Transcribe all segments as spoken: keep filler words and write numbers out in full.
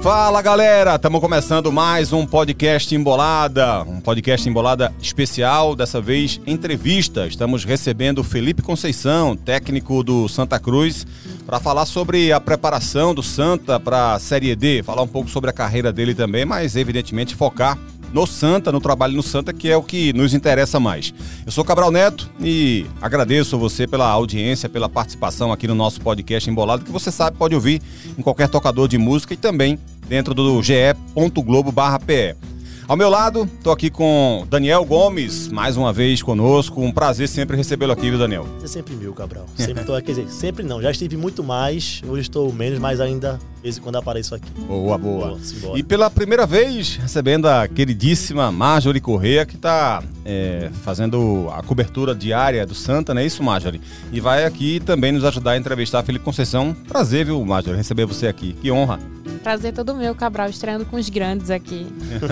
Fala galera, estamos começando mais um podcast Embolada, um podcast Embolada especial, dessa vez entrevista. Estamos recebendo o Felipe Conceição, técnico do Santa Cruz, para falar sobre a preparação do Santa para a Série D, falar um pouco sobre a carreira dele também, mas evidentemente focar no Santa, no trabalho no Santa, que é o que nos interessa mais. Eu sou Cabral Neto e agradeço você pela audiência, pela participação aqui no nosso podcast Embolado, que você sabe, pode ouvir em qualquer tocador de música e também dentro do ge ponto globo barra pe. Ao meu lado, estou aqui com Daniel Gomes, mais uma vez conosco. Um prazer sempre recebê-lo aqui, viu, Daniel? Você é sempre meu, Cabral. Sempre estou aqui, quer dizer, sempre não. Já estive muito mais, hoje estou menos, mas ainda, de vez em quando, apareço aqui. Boa, boa. boa e pela primeira vez, recebendo a queridíssima Marjorie Corrêa, que está é, fazendo a cobertura diária do Santa, não é isso, Marjorie? E vai aqui também nos ajudar a entrevistar a Felipe Conceição. Prazer, viu, Marjorie, receber você aqui. Que honra. Prazer todo meu, Cabral, estreando com os grandes aqui.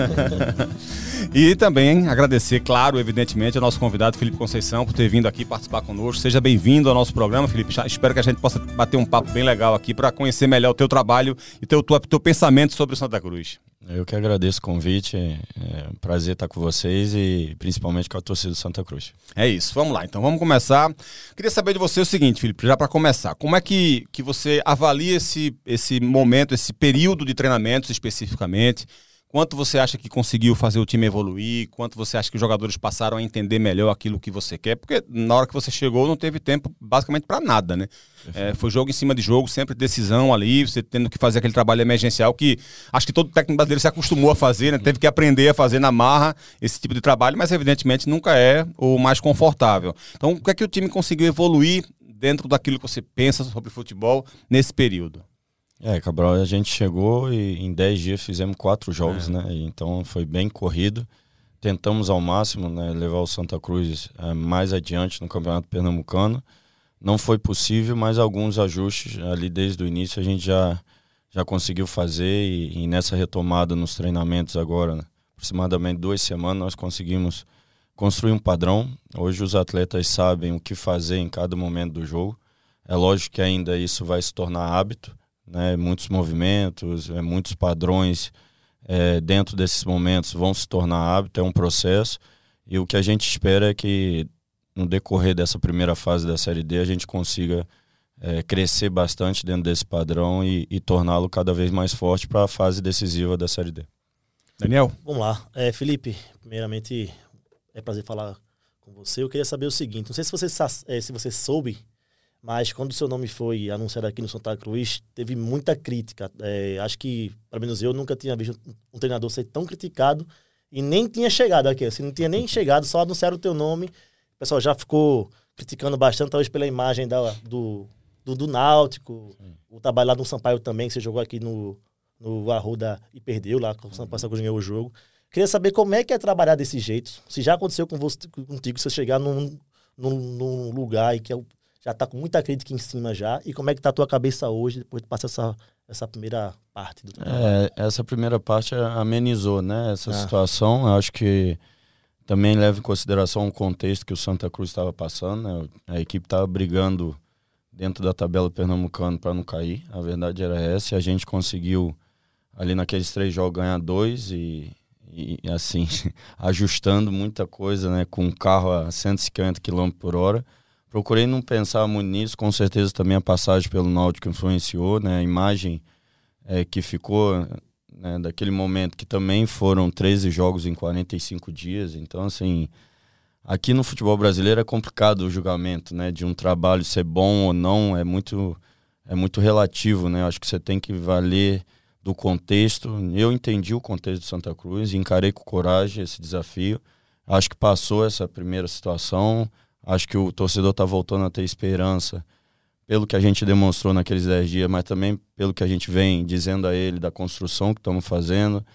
E também agradecer, claro, evidentemente, ao nosso convidado Felipe Conceição por ter vindo aqui participar conosco. Seja bem-vindo ao nosso programa, Felipe. Espero que a gente possa bater um papo bem legal aqui para conhecer melhor o teu trabalho e o teu, teu, teu pensamento sobre o Santa Cruz. Eu que agradeço o convite, é um prazer estar com vocês e principalmente com a torcida do Santa Cruz. É isso, vamos lá, então vamos começar. Queria saber de você o seguinte, Felipe, já para começar, como é que, que você avalia esse, esse momento, esse período de treinamentos especificamente? Quanto você acha que conseguiu fazer o time evoluir? Quanto você acha que os jogadores passaram a entender melhor aquilo que você quer? Porque na hora que você chegou não teve tempo basicamente para nada, né? É, foi jogo em cima de jogo, sempre decisão ali, você tendo que fazer aquele trabalho emergencial que acho que todo técnico brasileiro se acostumou a fazer, né? Teve que aprender a fazer na marra esse tipo de trabalho, mas evidentemente nunca é o mais confortável. Então, o que é que o time conseguiu evoluir dentro daquilo que você pensa sobre futebol nesse período? É, Cabral, a gente chegou e em dez dias fizemos quatro jogos, é. né? Então foi bem corrido. Tentamos ao máximo, né, levar o Santa Cruz é, mais adiante no Campeonato Pernambucano. Não foi possível, mas alguns ajustes ali desde o início a gente já, já conseguiu fazer e, e nessa retomada nos treinamentos agora, né, aproximadamente duas semanas, nós conseguimos construir um padrão. Hoje os atletas sabem o que fazer em cada momento do jogo. É lógico que ainda isso vai se tornar hábito, né, muitos movimentos, é, muitos padrões é, dentro desses momentos vão se tornar hábito, é um processo, e o que a gente espera é que no decorrer dessa primeira fase da Série D a gente consiga é, crescer bastante dentro desse padrão e, e torná-lo cada vez mais forte para a fase decisiva da Série D. Daniel? Vamos lá. É, Felipe, primeiramente é prazer falar com você. Eu queria saber o seguinte, não sei se você, é, se você soube, mas quando o seu nome foi anunciado aqui no Santa Cruz, teve muita crítica. É, acho que, pelo menos eu, nunca tinha visto um treinador ser tão criticado e nem tinha chegado aqui. Assim, não tinha nem chegado, só anunciaram o teu nome. O pessoal já ficou criticando bastante, talvez pela imagem da, do, do, do Náutico. Sim. O trabalho lá no Sampaio também, que você jogou aqui no, no Arruda e perdeu lá, com o Sampaio Santa Cruz ganhou o jogo. Queria saber como é que é trabalhar desse jeito. Se já aconteceu com você, contigo, se você chegar num, num, num lugar e que é o já está com muita crítica em cima já. E como é que está a tua cabeça hoje, depois de passar essa, essa primeira parte do trabalho? É, essa primeira parte amenizou, né, essa ah. situação. Eu acho que também leva em consideração o contexto que o Santa Cruz estava passando, né? A equipe estava brigando dentro da tabela pernambucana para não cair. A verdade era essa. E a gente conseguiu, ali naqueles três jogos, ganhar dois e, e assim, ajustando muita coisa, né, com um carro a cento e cinquenta quilômetros por hora. Procurei não pensar muito nisso, com certeza também a passagem pelo Náutico influenciou, né? A imagem é, que ficou, né, daquele momento, que também foram treze jogos em quarenta e cinco dias. Então, assim, aqui no futebol brasileiro é complicado o julgamento, né, de um trabalho ser bom ou não, é muito, é muito relativo, né? Acho que você tem que valer do contexto. Eu entendi o contexto do Santa Cruz, encarei com coragem esse desafio. Acho que passou essa primeira situação. Acho que o torcedor está voltando a ter esperança pelo que a gente demonstrou naqueles dez dias, mas também pelo que a gente vem dizendo a ele da construção que estamos fazendo,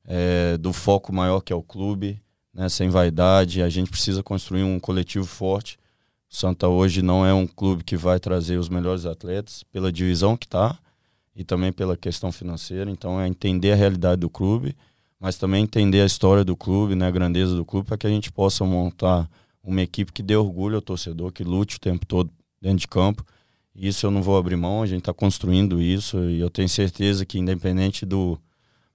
é, do foco maior que é o clube, né, sem vaidade. A gente precisa construir um coletivo forte. O Santa hoje não é um clube que vai trazer os melhores atletas pela divisão que está e também pela questão financeira. Então é entender a realidade do clube, mas também entender a história do clube, né, a grandeza do clube, para que a gente possa montar uma equipe que dê orgulho ao torcedor, que lute o tempo todo dentro de campo. Isso eu não vou abrir mão, a gente está construindo isso e eu tenho certeza que independente do,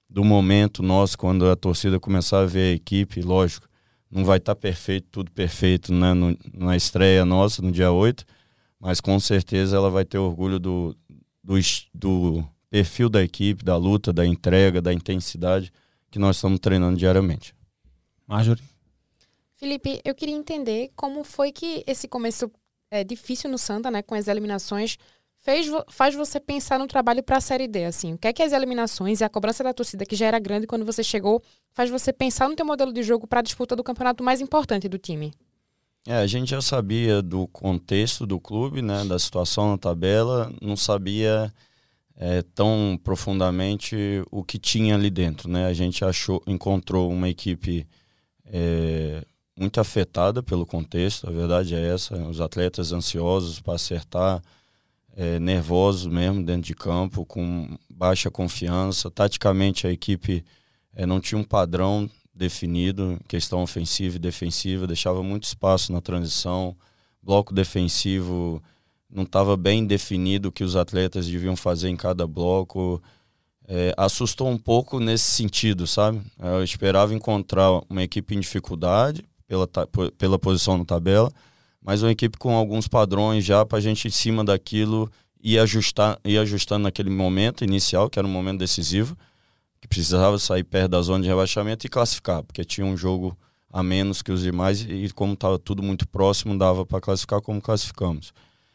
do momento nosso, quando a torcida começar a ver a equipe, lógico, não vai estar tá perfeito, tudo perfeito, né, no, na estreia nossa, no dia oito, mas com certeza ela vai ter orgulho do, do, do perfil da equipe, da luta, da entrega, da intensidade que nós estamos treinando diariamente. Marjorie? Felipe, eu queria entender como foi que esse começo é, difícil no Santa, né, com as eliminações, fez, faz você pensar no trabalho para a Série D, assim. O que é que as eliminações e a cobrança da torcida, que já era grande quando você chegou, faz você pensar no teu modelo de jogo para a disputa do campeonato mais importante do time? É, a gente já sabia do contexto do clube, né, da situação na tabela, não sabia é, tão profundamente o que tinha ali dentro, né? A gente achou, encontrou uma equipe é, muito afetada pelo contexto, a verdade é essa, os atletas ansiosos para acertar, É, nervosos mesmo dentro de campo, com baixa confiança. Taticamente a equipe é, não tinha um padrão definido, questão ofensiva e defensiva, deixava muito espaço na transição, bloco defensivo não estava bem definido o que os atletas deviam fazer em cada bloco. É, assustou um pouco nesse sentido, sabe? Eu esperava encontrar uma equipe em dificuldade pela, pela posição na tabela, mas uma equipe com alguns padrões já para a gente, em cima daquilo, ir, ajustar, ir ajustando naquele momento inicial, que era um momento decisivo, que precisava sair perto da zona de rebaixamento e classificar, porque tinha um jogo a menos que os demais e como estava tudo muito próximo, dava para classificar como classificamos.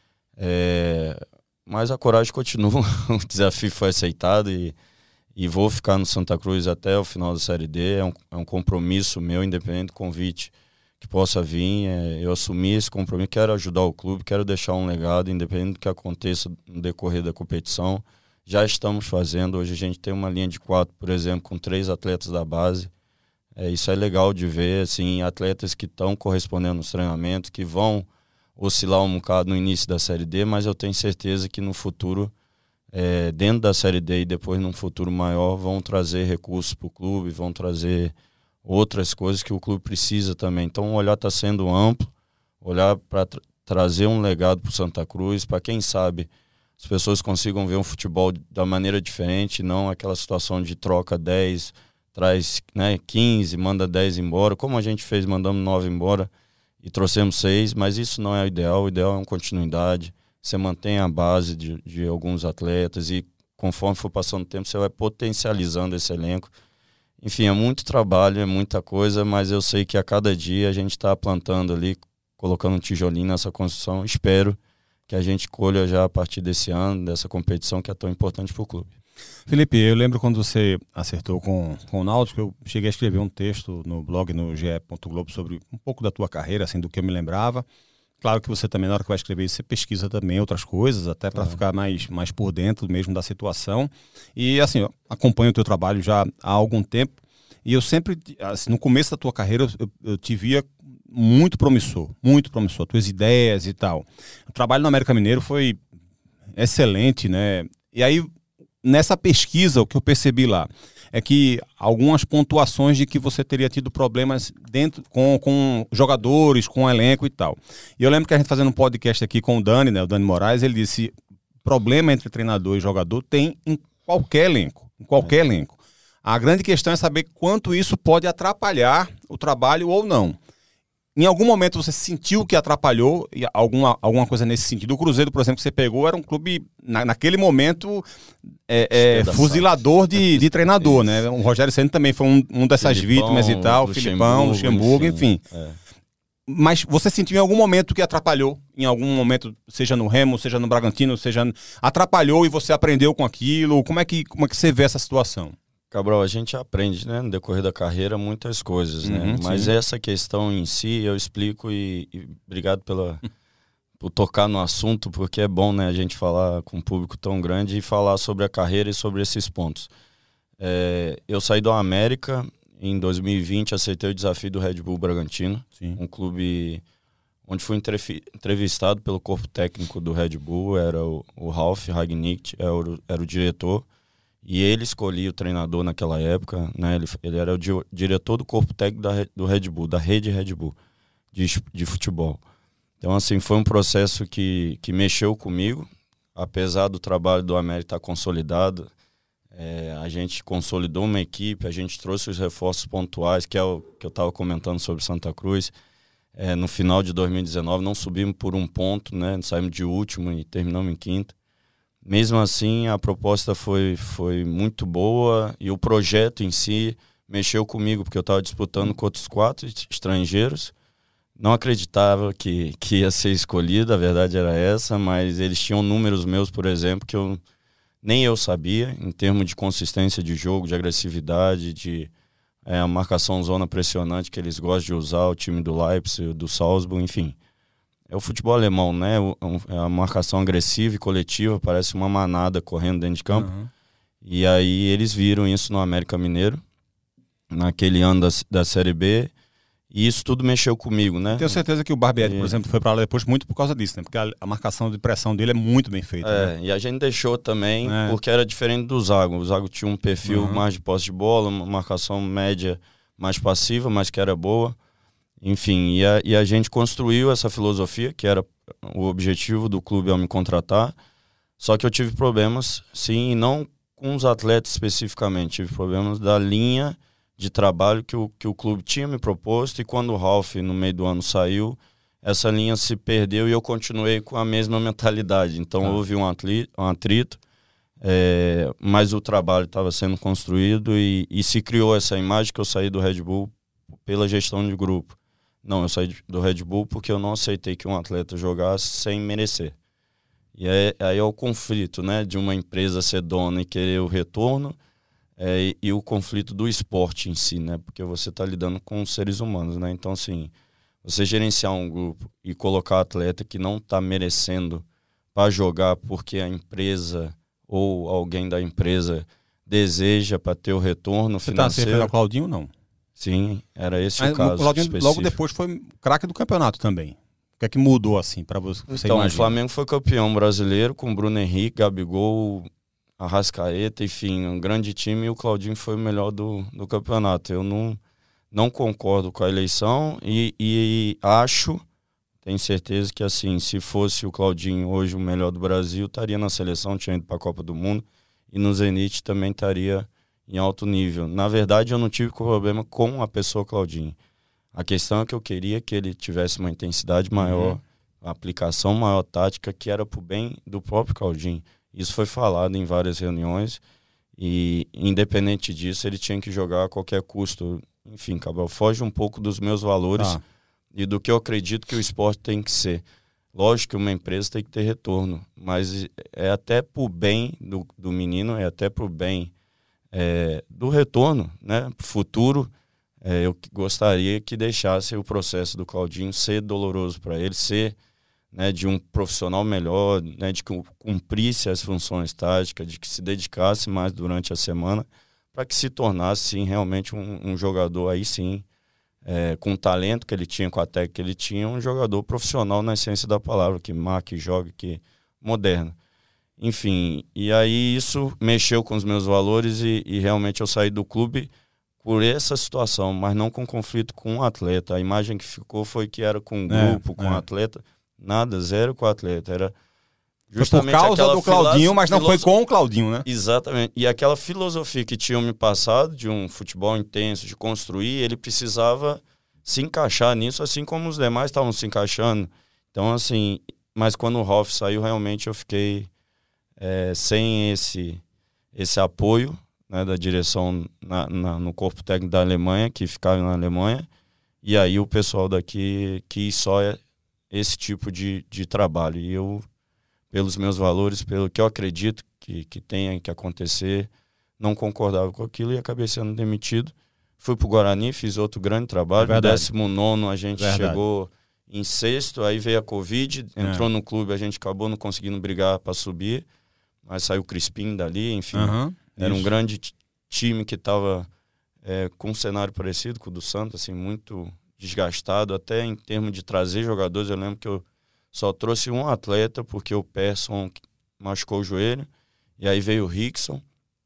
É, mas a coragem continua, o desafio foi aceitado e, e vou ficar no Santa Cruz até o final da Série D, é um, é um compromisso meu, independente do convite que possa vir, é, eu assumi esse compromisso, quero ajudar o clube, quero deixar um legado, independente do que aconteça no decorrer da competição. Já estamos fazendo, hoje a gente tem uma linha de quatro, por exemplo, com três atletas da base. É, isso é legal de ver, assim, atletas que estão correspondendo nos treinamentos, que vão oscilar um bocado no início da Série D, mas eu tenho certeza que no futuro, é, dentro da Série D e depois num futuro maior, vão trazer recursos para o clube, vão trazer outras coisas que o clube precisa também. Então o olhar está sendo amplo, olhar para tra- trazer um legado para o Santa Cruz, para quem sabe as pessoas consigam ver um futebol da maneira diferente, não aquela situação de troca dez, traz, né, quinze, manda dez embora, como a gente fez, mandamos nove embora e trouxemos seis, mas isso não é o ideal, o ideal é uma continuidade, você mantém a base de, de alguns atletas e conforme for passando o tempo você vai potencializando esse elenco. Enfim, é muito trabalho, é muita coisa, mas eu sei que a cada dia a gente está plantando ali, colocando um tijolinho nessa construção. Espero que a gente colha já a partir desse ano, dessa competição que é tão importante para o clube. Felipe, eu lembro quando você acertou com, com o Náutico, eu cheguei a escrever um texto no blog, no ge ponto globo, sobre um pouco da tua carreira, assim, do que eu me lembrava. Claro que você também, na hora que vai escrever isso, você pesquisa também outras coisas, até para é. ficar mais, mais por dentro mesmo da situação. E, assim, eu acompanho o teu trabalho já há algum tempo. E eu sempre, assim, no começo da tua carreira, eu, eu te via muito promissor, muito promissor, tuas ideias e tal. O trabalho no América Mineiro foi excelente, né? E aí, nessa pesquisa, o que eu percebi lá é que algumas pontuações de que você teria tido problemas dentro com, com jogadores, com elenco e tal. E eu lembro que a gente fazendo um podcast aqui com o Dani, né, o Dani Moraes, ele disse, problema entre treinador e jogador tem em qualquer elenco, em qualquer é. elenco. A grande questão é saber quanto isso pode atrapalhar o trabalho ou não. Em algum momento você sentiu que atrapalhou alguma, alguma coisa nesse sentido? O Cruzeiro, por exemplo, que você pegou, era um clube, na, naquele momento, é, é, fuzilador de, de treinador, né? O Rogério Ceni também foi um, um dessas Filipão, vítimas e tal, o Filipão, Luxemburgo, enfim. enfim. É. Mas você sentiu em algum momento que atrapalhou? Em algum momento, seja no Remo, seja no Bragantino, seja... Atrapalhou e você aprendeu com aquilo? Como é que, como é que você vê essa situação? Cabral, a gente aprende, né, no decorrer da carreira muitas coisas, né? Uhum, mas sim. Essa questão em si eu explico e, e obrigado pela, por tocar no assunto, porque é bom, né, a gente falar com um público tão grande e falar sobre a carreira e sobre esses pontos. É, eu saí do América em dois mil e vinte, aceitei o desafio do Red Bull Bragantino, sim. um clube onde fui entrevistado pelo corpo técnico do Red Bull, era o, o Ralf Ragnick, era o, era o diretor. E ele escolhia o treinador naquela época, né? Ele, ele era o di- diretor do corpo técnico da, do Red Bull, da rede Red Bull de, de futebol. Então, assim, foi um processo que, que mexeu comigo, apesar do trabalho do América estar consolidado. É, a gente consolidou uma equipe, a gente trouxe os reforços pontuais, que é o que eu estava comentando sobre Santa Cruz. É, no final de dois mil e dezenove não subimos por um ponto, né? Saímos de último e terminamos em quinto. Mesmo assim, a proposta foi, foi muito boa e o projeto em si mexeu comigo, porque eu estava disputando com outros quatro estrangeiros. Não acreditava que, que ia ser escolhido, a verdade era essa, mas eles tinham números meus, por exemplo, que eu, nem eu sabia, em termos de consistência de jogo, de agressividade, de é, a marcação zona pressionante que eles gostam de usar, o time do Leipzig, do Salzburg, enfim. É o futebol alemão, né? É a marcação agressiva e coletiva, parece uma manada correndo dentro de campo. Uhum. E aí eles viram isso no América Mineiro, naquele ano da, da Série B, e isso tudo mexeu comigo, né? Tenho certeza que o Barbieri, e... por exemplo, foi para lá depois muito por causa disso, né? Porque a, a marcação de pressão dele é muito bem feita. É, né? E a gente deixou também, é. porque era diferente do Zago. O Zago tinha um perfil uhum. mais de posse de bola, uma marcação média mais passiva, mas que era boa. Enfim, e a, e a gente construiu essa filosofia, que era o objetivo do clube ao me contratar. Só que eu tive problemas, sim, e não com os atletas especificamente. Tive problemas da linha de trabalho que o, que o clube tinha me proposto, e quando o Ralf, no meio do ano, saiu, essa linha se perdeu e eu continuei com a mesma mentalidade. Então ah. houve um, atli, um atrito, é, mas o trabalho estava sendo construído e, e se criou essa imagem que eu saí do Red Bull pela gestão de grupo. Não, eu saí do Red Bull porque eu não aceitei que um atleta jogasse sem merecer. E aí, aí é o conflito, né, de uma empresa ser dona e querer o retorno, é, e, e o conflito do esporte em si, né, porque você está lidando com seres humanos, né, então assim, você gerenciar um grupo e colocar atleta que não está merecendo para jogar porque a empresa ou alguém da empresa deseja para ter o retorno você financeiro... Você está se referindo ao Claudinho ou não? Sim, era esse Mas o caso. O Claudinho específico. logo depois foi craque do campeonato também. O que é que mudou assim para você? você então, imagina? O Flamengo foi campeão brasileiro com Bruno Henrique, Gabigol, Arrascaeta, enfim, um grande time, e o Claudinho foi o melhor do, do campeonato. Eu não, não concordo com a eleição e, e acho, tenho certeza que assim, se fosse o Claudinho hoje o melhor do Brasil, estaria na seleção, tinha ido para a Copa do Mundo, e no Zenit também estaria em alto nível. Na verdade, eu não tive problema com a pessoa Claudinho. A questão é que eu queria que ele tivesse uma intensidade maior, uhum. uma aplicação maior tática, que era para o bem do próprio Claudinho. Isso foi falado em várias reuniões e, independente disso, ele tinha que jogar a qualquer custo. Enfim, Cabral, foge um pouco dos meus valores ah. e do que eu acredito que o esporte tem que ser. Lógico que uma empresa tem que ter retorno, mas é até para o bem do, do menino, é até para o bem é, do retorno, né, futuro. É, eu gostaria que deixasse o processo do Claudinho ser doloroso para ele, ser, né, de um profissional melhor, né, de que cumprisse as funções táticas, de que se dedicasse mais durante a semana, para que se tornasse sim, realmente um, um jogador aí sim, é, com o talento que ele tinha, com a técnica que ele tinha, um jogador profissional na essência da palavra, que marque, jogue, que moderno. Enfim, e aí isso mexeu com os meus valores e, e realmente eu saí do clube por essa situação, mas não com conflito com o atleta. A imagem que ficou foi que era com o grupo, é, com o é. atleta. Nada, zero com o atleta. Era justamente foi por causa do Claudinho, mas não foi com o Claudinho, né? Exatamente. E aquela filosofia que tinham me passado, de um futebol intenso, de construir, ele precisava se encaixar nisso, assim como os demais estavam se encaixando. Então, assim, mas quando o Rolf saiu, realmente eu fiquei é, sem esse, esse apoio, né, da direção na, na, no corpo técnico da Alemanha, que ficava na Alemanha, e aí o pessoal daqui quis só esse tipo de, de trabalho. E eu, pelos meus valores, pelo que eu acredito que, que tenha que acontecer, não concordava com aquilo e acabei sendo demitido. Fui para o Guarani, fiz outro grande trabalho. No décimo nono a gente Verdade. chegou em sexto, aí veio a Covid, entrou é. no clube, a gente acabou não conseguindo brigar para subir, mas saiu o Crispim dali, enfim. Uhum. Era Isso. um grande time que estava é, com um cenário parecido com o do Santos, assim, muito desgastado, até em termos de trazer jogadores. Eu lembro que eu só trouxe um atleta, porque o Persson machucou o joelho, e aí veio o Rickson.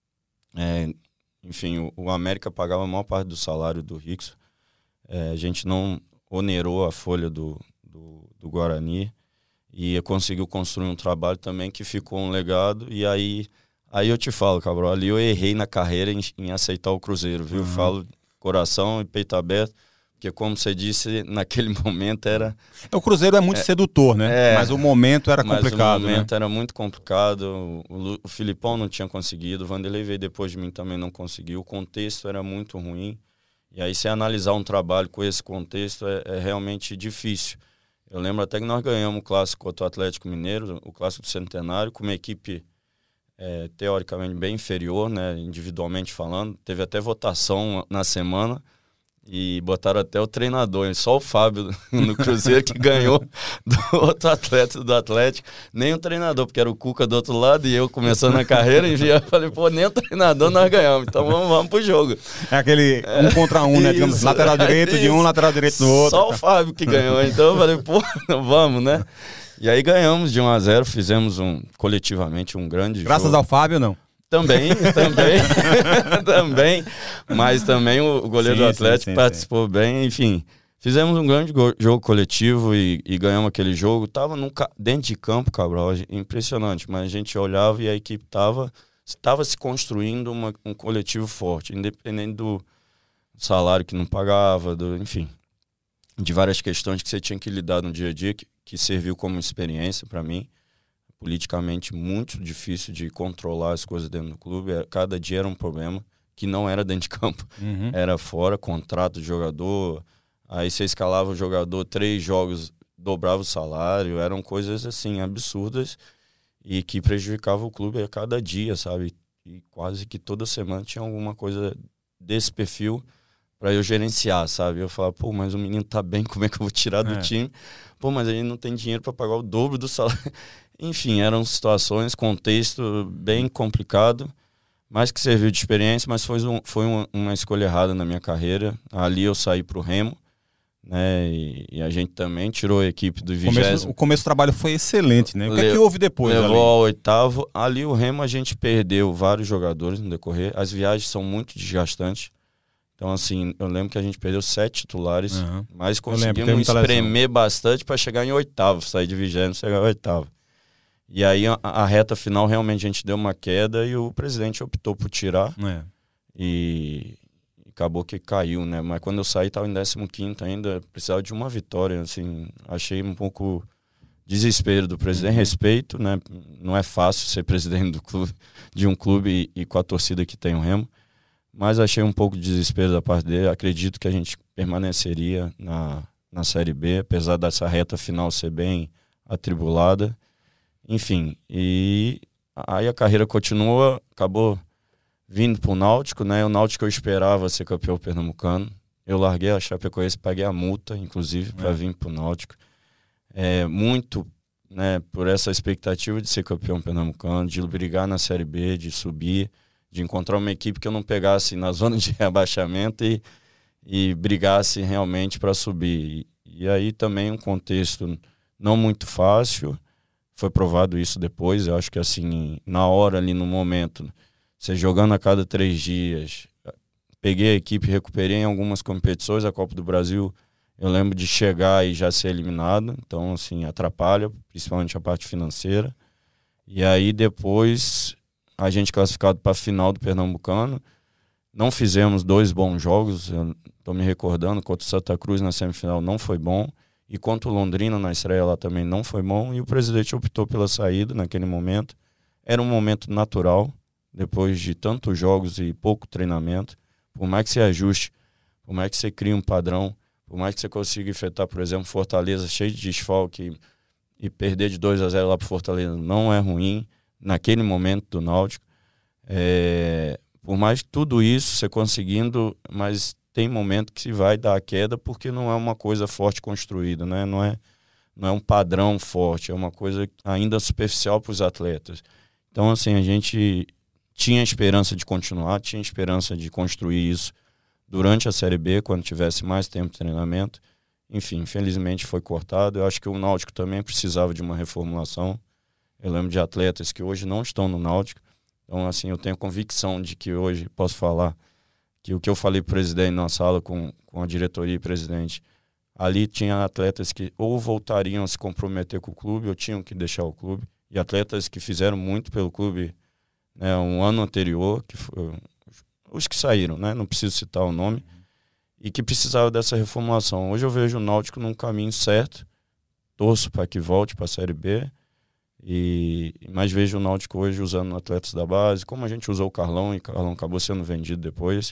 É, enfim, o, o América pagava a maior parte do salário do Rickson. É, a gente não onerou a folha do, do, do Guarani, e conseguiu construir um trabalho também que ficou um legado, e aí... Aí eu te falo, Cabral, ali eu errei na carreira em, em aceitar o Cruzeiro, viu? Uhum. Falo coração e peito aberto, porque como você disse, naquele momento era... O Cruzeiro é muito é, sedutor, né? É, mas o momento era complicado, Mas o momento né? era muito complicado, o, o Filipão não tinha conseguido, o Vanderlei veio depois de mim também não conseguiu, o contexto era muito ruim, e aí se analisar um trabalho com esse contexto é, é realmente difícil. Eu lembro até que nós ganhamos o clássico contra o Atlético Mineiro, o clássico do Centenário, com uma equipe é, teoricamente bem inferior, né, individualmente falando. Teve até votação na semana e botaram até o treinador, só o Fábio no Cruzeiro que ganhou do outro atleta do Atlético. Nem o treinador, porque era o Cuca do outro lado e eu começando a carreira, e eu falei, pô, nem o treinador nós ganhamos, então vamos, vamos pro jogo. É aquele um contra um, né? Digamos, lateral direito é de um, lateral direito do outro. Só o Fábio que ganhou, então eu falei, pô, vamos, né? E aí ganhamos de um a zero, fizemos um, coletivamente um grande Graças jogo. ao Fábio, não? Também, também, também, mas também o, o goleiro sim, do Atlético sim, sim, participou sim. bem, enfim, fizemos um grande go- jogo coletivo e, e ganhamos aquele jogo, tava num ca- dentro de campo, Cabral, impressionante, mas a gente olhava e a equipe tava, tava se construindo uma, um coletivo forte, independente do salário que não pagava, do, enfim, de várias questões que você tinha que lidar no dia a dia, que, que serviu como experiência para mim. Politicamente muito difícil de controlar as coisas dentro do clube. Cada dia era um problema, que não era dentro de campo. Uhum. Era fora, contrato de jogador. Aí você escalava o jogador, três jogos, dobrava o salário. Eram coisas assim, absurdas e que prejudicavam o clube a cada dia, sabe? E quase que toda semana tinha alguma coisa desse perfil para eu gerenciar, sabe? Eu falava, pô, mas o menino tá bem, como é que eu vou tirar do é. time? Pô, mas a gente não tem dinheiro para pagar o dobro do salário. Enfim, eram situações, contexto bem complicado, mas que serviu de experiência, mas foi, um, foi uma, uma escolha errada na minha carreira. Ali eu saí pro Remo, né, e, e a gente também tirou a equipe do vigésimo. O começo do trabalho foi excelente, né? O que Le... é que houve depois? Levou ali? ao oitavo. Ali o Remo a gente perdeu vários jogadores no decorrer. As viagens são muito desgastantes. Então, assim, eu lembro que a gente perdeu sete titulares, uhum. mas conseguimos espremer bastante para chegar em oitavo, sair de vigésimo e chegar em oitavo. E aí a, a reta final realmente a gente deu uma queda e o presidente optou por tirar é. e acabou que caiu, né? Mas quando eu saí estava em décimo quinto ainda, precisava de uma vitória, assim, achei um pouco desespero do presidente, uhum. respeito, né? Não é fácil ser presidente do clube, de um clube e, e com a torcida que tem o Remo, mas achei um pouco de desespero da parte dele. Acredito que a gente permaneceria na, na Série B, apesar dessa reta final ser bem atribulada. Enfim, e aí a carreira continua, acabou vindo para o Náutico, né? O Náutico eu esperava ser campeão pernambucano. Eu larguei a Chapecoense, paguei a multa, inclusive, para é. vir para o Náutico. É, muito, né, por essa expectativa de ser campeão pernambucano, de brigar na Série B, de subir, de encontrar uma equipe que eu não pegasse na zona de rebaixamento e, e brigasse realmente para subir. E, e aí também um contexto não muito fácil. Foi provado isso depois, eu acho que assim, na hora ali no momento, você jogando a cada três dias, peguei a equipe, recuperei em algumas competições, a Copa do Brasil, eu lembro de chegar e já ser eliminado, então assim, atrapalha, principalmente a parte financeira. E aí depois, a gente classificado para a final do Pernambucano, não fizemos dois bons jogos, eu estou me recordando, contra o Santa Cruz na semifinal não foi bom, e contra o Londrina na estreia lá também não foi bom, e o presidente optou pela saída naquele momento. Era um momento natural, depois de tantos jogos e pouco treinamento. Por mais que você ajuste, por mais que você crie um padrão, por mais que você consiga enfrentar, por exemplo, Fortaleza cheio de desfalque e, e perder de dois a zero lá para Fortaleza não é ruim, naquele momento do Náutico. É, por mais que tudo isso, você conseguindo, mas tem momento que se vai dar a queda porque não é uma coisa forte construída, né? Não é, não é um padrão forte, é uma coisa ainda superficial para os atletas. Então, assim, a gente tinha esperança de continuar, tinha esperança de construir isso durante a Série B, quando tivesse mais tempo de treinamento. Enfim, infelizmente foi cortado. Eu acho que o Náutico também precisava de uma reformulação. Eu lembro de atletas que hoje não estão no Náutico. Então, assim, eu tenho convicção de que hoje posso falar que o que eu falei para o presidente na sala com, com a diretoria e presidente, ali tinha atletas que ou voltariam a se comprometer com o clube ou tinham que deixar o clube. E atletas que fizeram muito pelo clube né, um ano anterior, que foi, os que saíram, né, não preciso citar o nome, e que precisava dessa reformulação. Hoje eu vejo o Náutico num caminho certo, torço para que volte para a Série B, e, mas vejo o Náutico hoje usando atletas da base, como a gente usou o Carlão, e o Carlão acabou sendo vendido depois,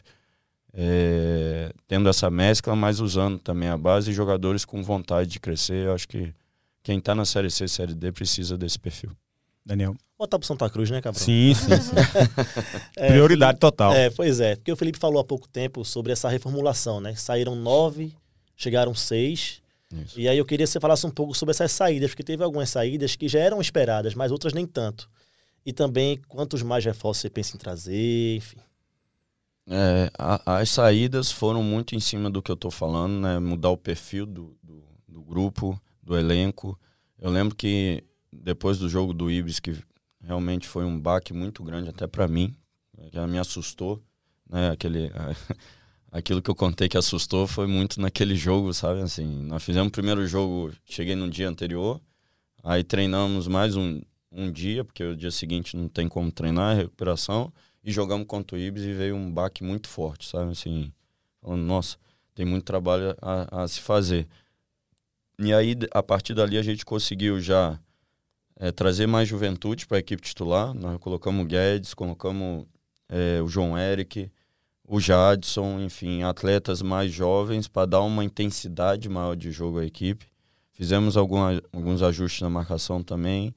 é, tendo essa mescla, mas usando também a base e jogadores com vontade de crescer. Eu acho que quem está na Série C e Série D precisa desse perfil. Daniel. Botar pro Santa Cruz, né, Cabral? Sim, sim, sim. é, Prioridade total. É, pois é. Porque o Felipe falou há pouco tempo sobre essa reformulação, né? Saíram nove, chegaram seis. Isso. E aí eu queria que você falasse um pouco sobre essas saídas, porque teve algumas saídas que já eram esperadas, mas outras nem tanto. E também quantos mais reforços você pensa em trazer, enfim. É, a, as saídas foram muito em cima do que eu estou falando, né? Mudar o perfil do, do, do grupo, do elenco. Eu lembro que depois do jogo do Ibis, que realmente foi um baque muito grande até para mim, que me assustou, né? Aquele, aquilo que eu contei que assustou foi muito naquele jogo, sabe? Assim, nós fizemos o primeiro jogo, cheguei no dia anterior, aí treinamos mais um, um dia, porque o dia seguinte não tem como treinar, recuperação, e jogamos contra o Ibis e veio um baque muito forte, sabe? Assim, falando, nossa, tem muito trabalho a, a se fazer. E aí, a partir dali, a gente conseguiu já é, trazer mais juventude para a equipe titular. Nós colocamos o Guedes, colocamos é, o João Eric, o Jadson, enfim, atletas mais jovens para dar uma intensidade maior de jogo à equipe. Fizemos alguma, alguns ajustes na marcação também.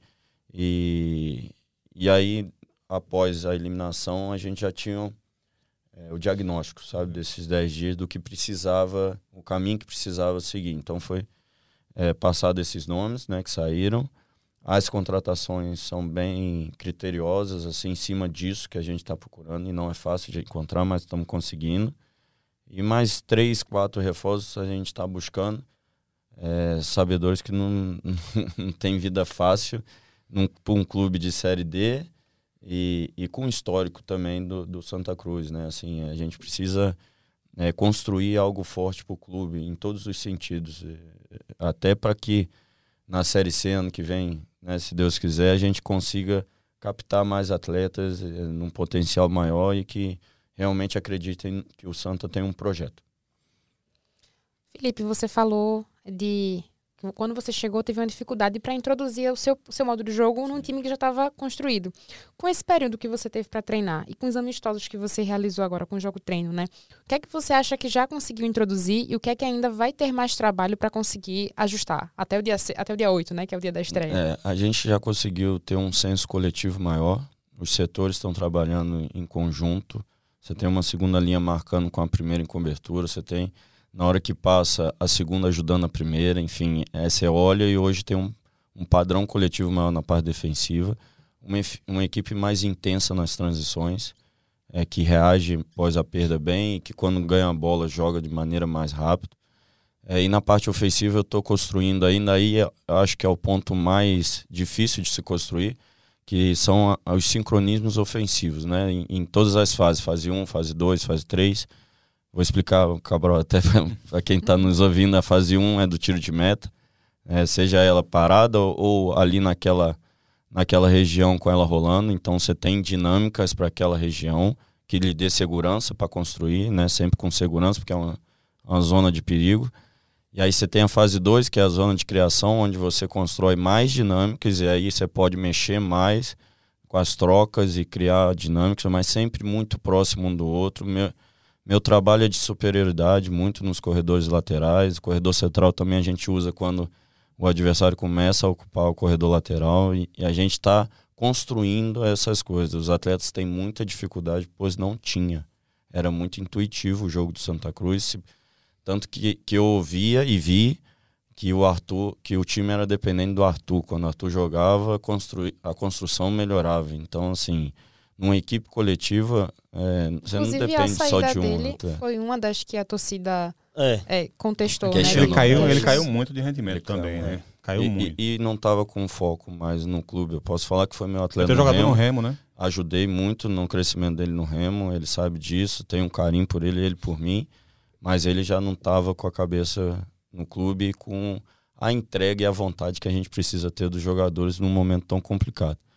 E, e aí, após a eliminação, a gente já tinha é, o diagnóstico, sabe, desses dez dias, do que precisava, o caminho que precisava seguir. Então foi é, passado esses nomes, né, que saíram. As contratações são bem criteriosas, assim, em cima disso que a gente está procurando, e não é fácil de encontrar, mas estamos conseguindo. E mais três, quatro reforços a gente está buscando. É, sabedores que não, não tem vida fácil para um clube de Série D, E, e com o histórico também do, do Santa Cruz, né? Assim, a gente precisa é, construir algo forte para o clube em todos os sentidos, até para que na Série C ano que vem, né, se Deus quiser, a gente consiga captar mais atletas num potencial maior e que realmente acreditem que o Santa tem um projeto. Felipe, você falou de quando você chegou, teve uma dificuldade para introduzir o seu, o seu modo de jogo num time que já estava construído. Com esse período que você teve para treinar e com os amistosos que você realizou agora com o jogo-treino, né? O que é que você acha que já conseguiu introduzir e o que é que ainda vai ter mais trabalho para conseguir ajustar? Até o dia, até o dia oito, né? Que é o dia da estreia. É, a gente já conseguiu ter um senso coletivo maior. Os setores estão trabalhando em conjunto. Você tem uma segunda linha marcando com a primeira em cobertura. Você tem... Na hora que passa, a segunda ajudando a primeira, enfim, é, você olha e hoje tem um, um padrão coletivo maior na parte defensiva, uma, uma equipe mais intensa nas transições, é, que reage após a perda bem e que quando ganha a bola joga de maneira mais rápida. É, e na parte ofensiva eu estou construindo ainda, aí eu acho que é o ponto mais difícil de se construir, que são a, os sincronismos ofensivos, né? Em, em todas as fases, fase um, fase dois, fase três. Vou explicar, Cabral, até para quem está nos ouvindo, a fase um é do tiro de meta, é, seja ela parada ou, ou ali naquela, naquela região com ela rolando. Então você tem dinâmicas para aquela região que lhe dê segurança para construir, né, sempre com segurança, porque é uma, uma zona de perigo. E aí você tem a fase dois, que é a zona de criação, onde você constrói mais dinâmicas, e aí você pode mexer mais com as trocas e criar dinâmicas, mas sempre muito próximo um do outro. Meu, Meu trabalho é de superioridade, muito nos corredores laterais. O corredor central também a gente usa quando o adversário começa a ocupar o corredor lateral. E, e a gente está construindo essas coisas. Os atletas têm muita dificuldade, pois não tinha. Era muito intuitivo o jogo do Santa Cruz. Tanto que, que eu ouvia e vi que o, Arthur, que o time era dependente do Arthur. Quando o Arthur jogava, constru, a construção melhorava. Então, assim... Numa equipe coletiva, é, você Inclusive, não depende só de um. Dele né? Foi uma das que a torcida é. É, contestou. Né? Ele, caiu, ele caiu muito de rendimento ele também, caiu, né? Caiu e, muito. E, e não estava com foco mais no clube. Eu posso falar que foi meu atleta Você no jogador Remo. no Remo, né? Ajudei muito no crescimento dele no Remo. Ele sabe disso. Tenho um carinho por ele e ele por mim. Mas ele já não estava com a cabeça no clube e com a entrega e a vontade que a gente precisa ter dos jogadores num momento tão complicado.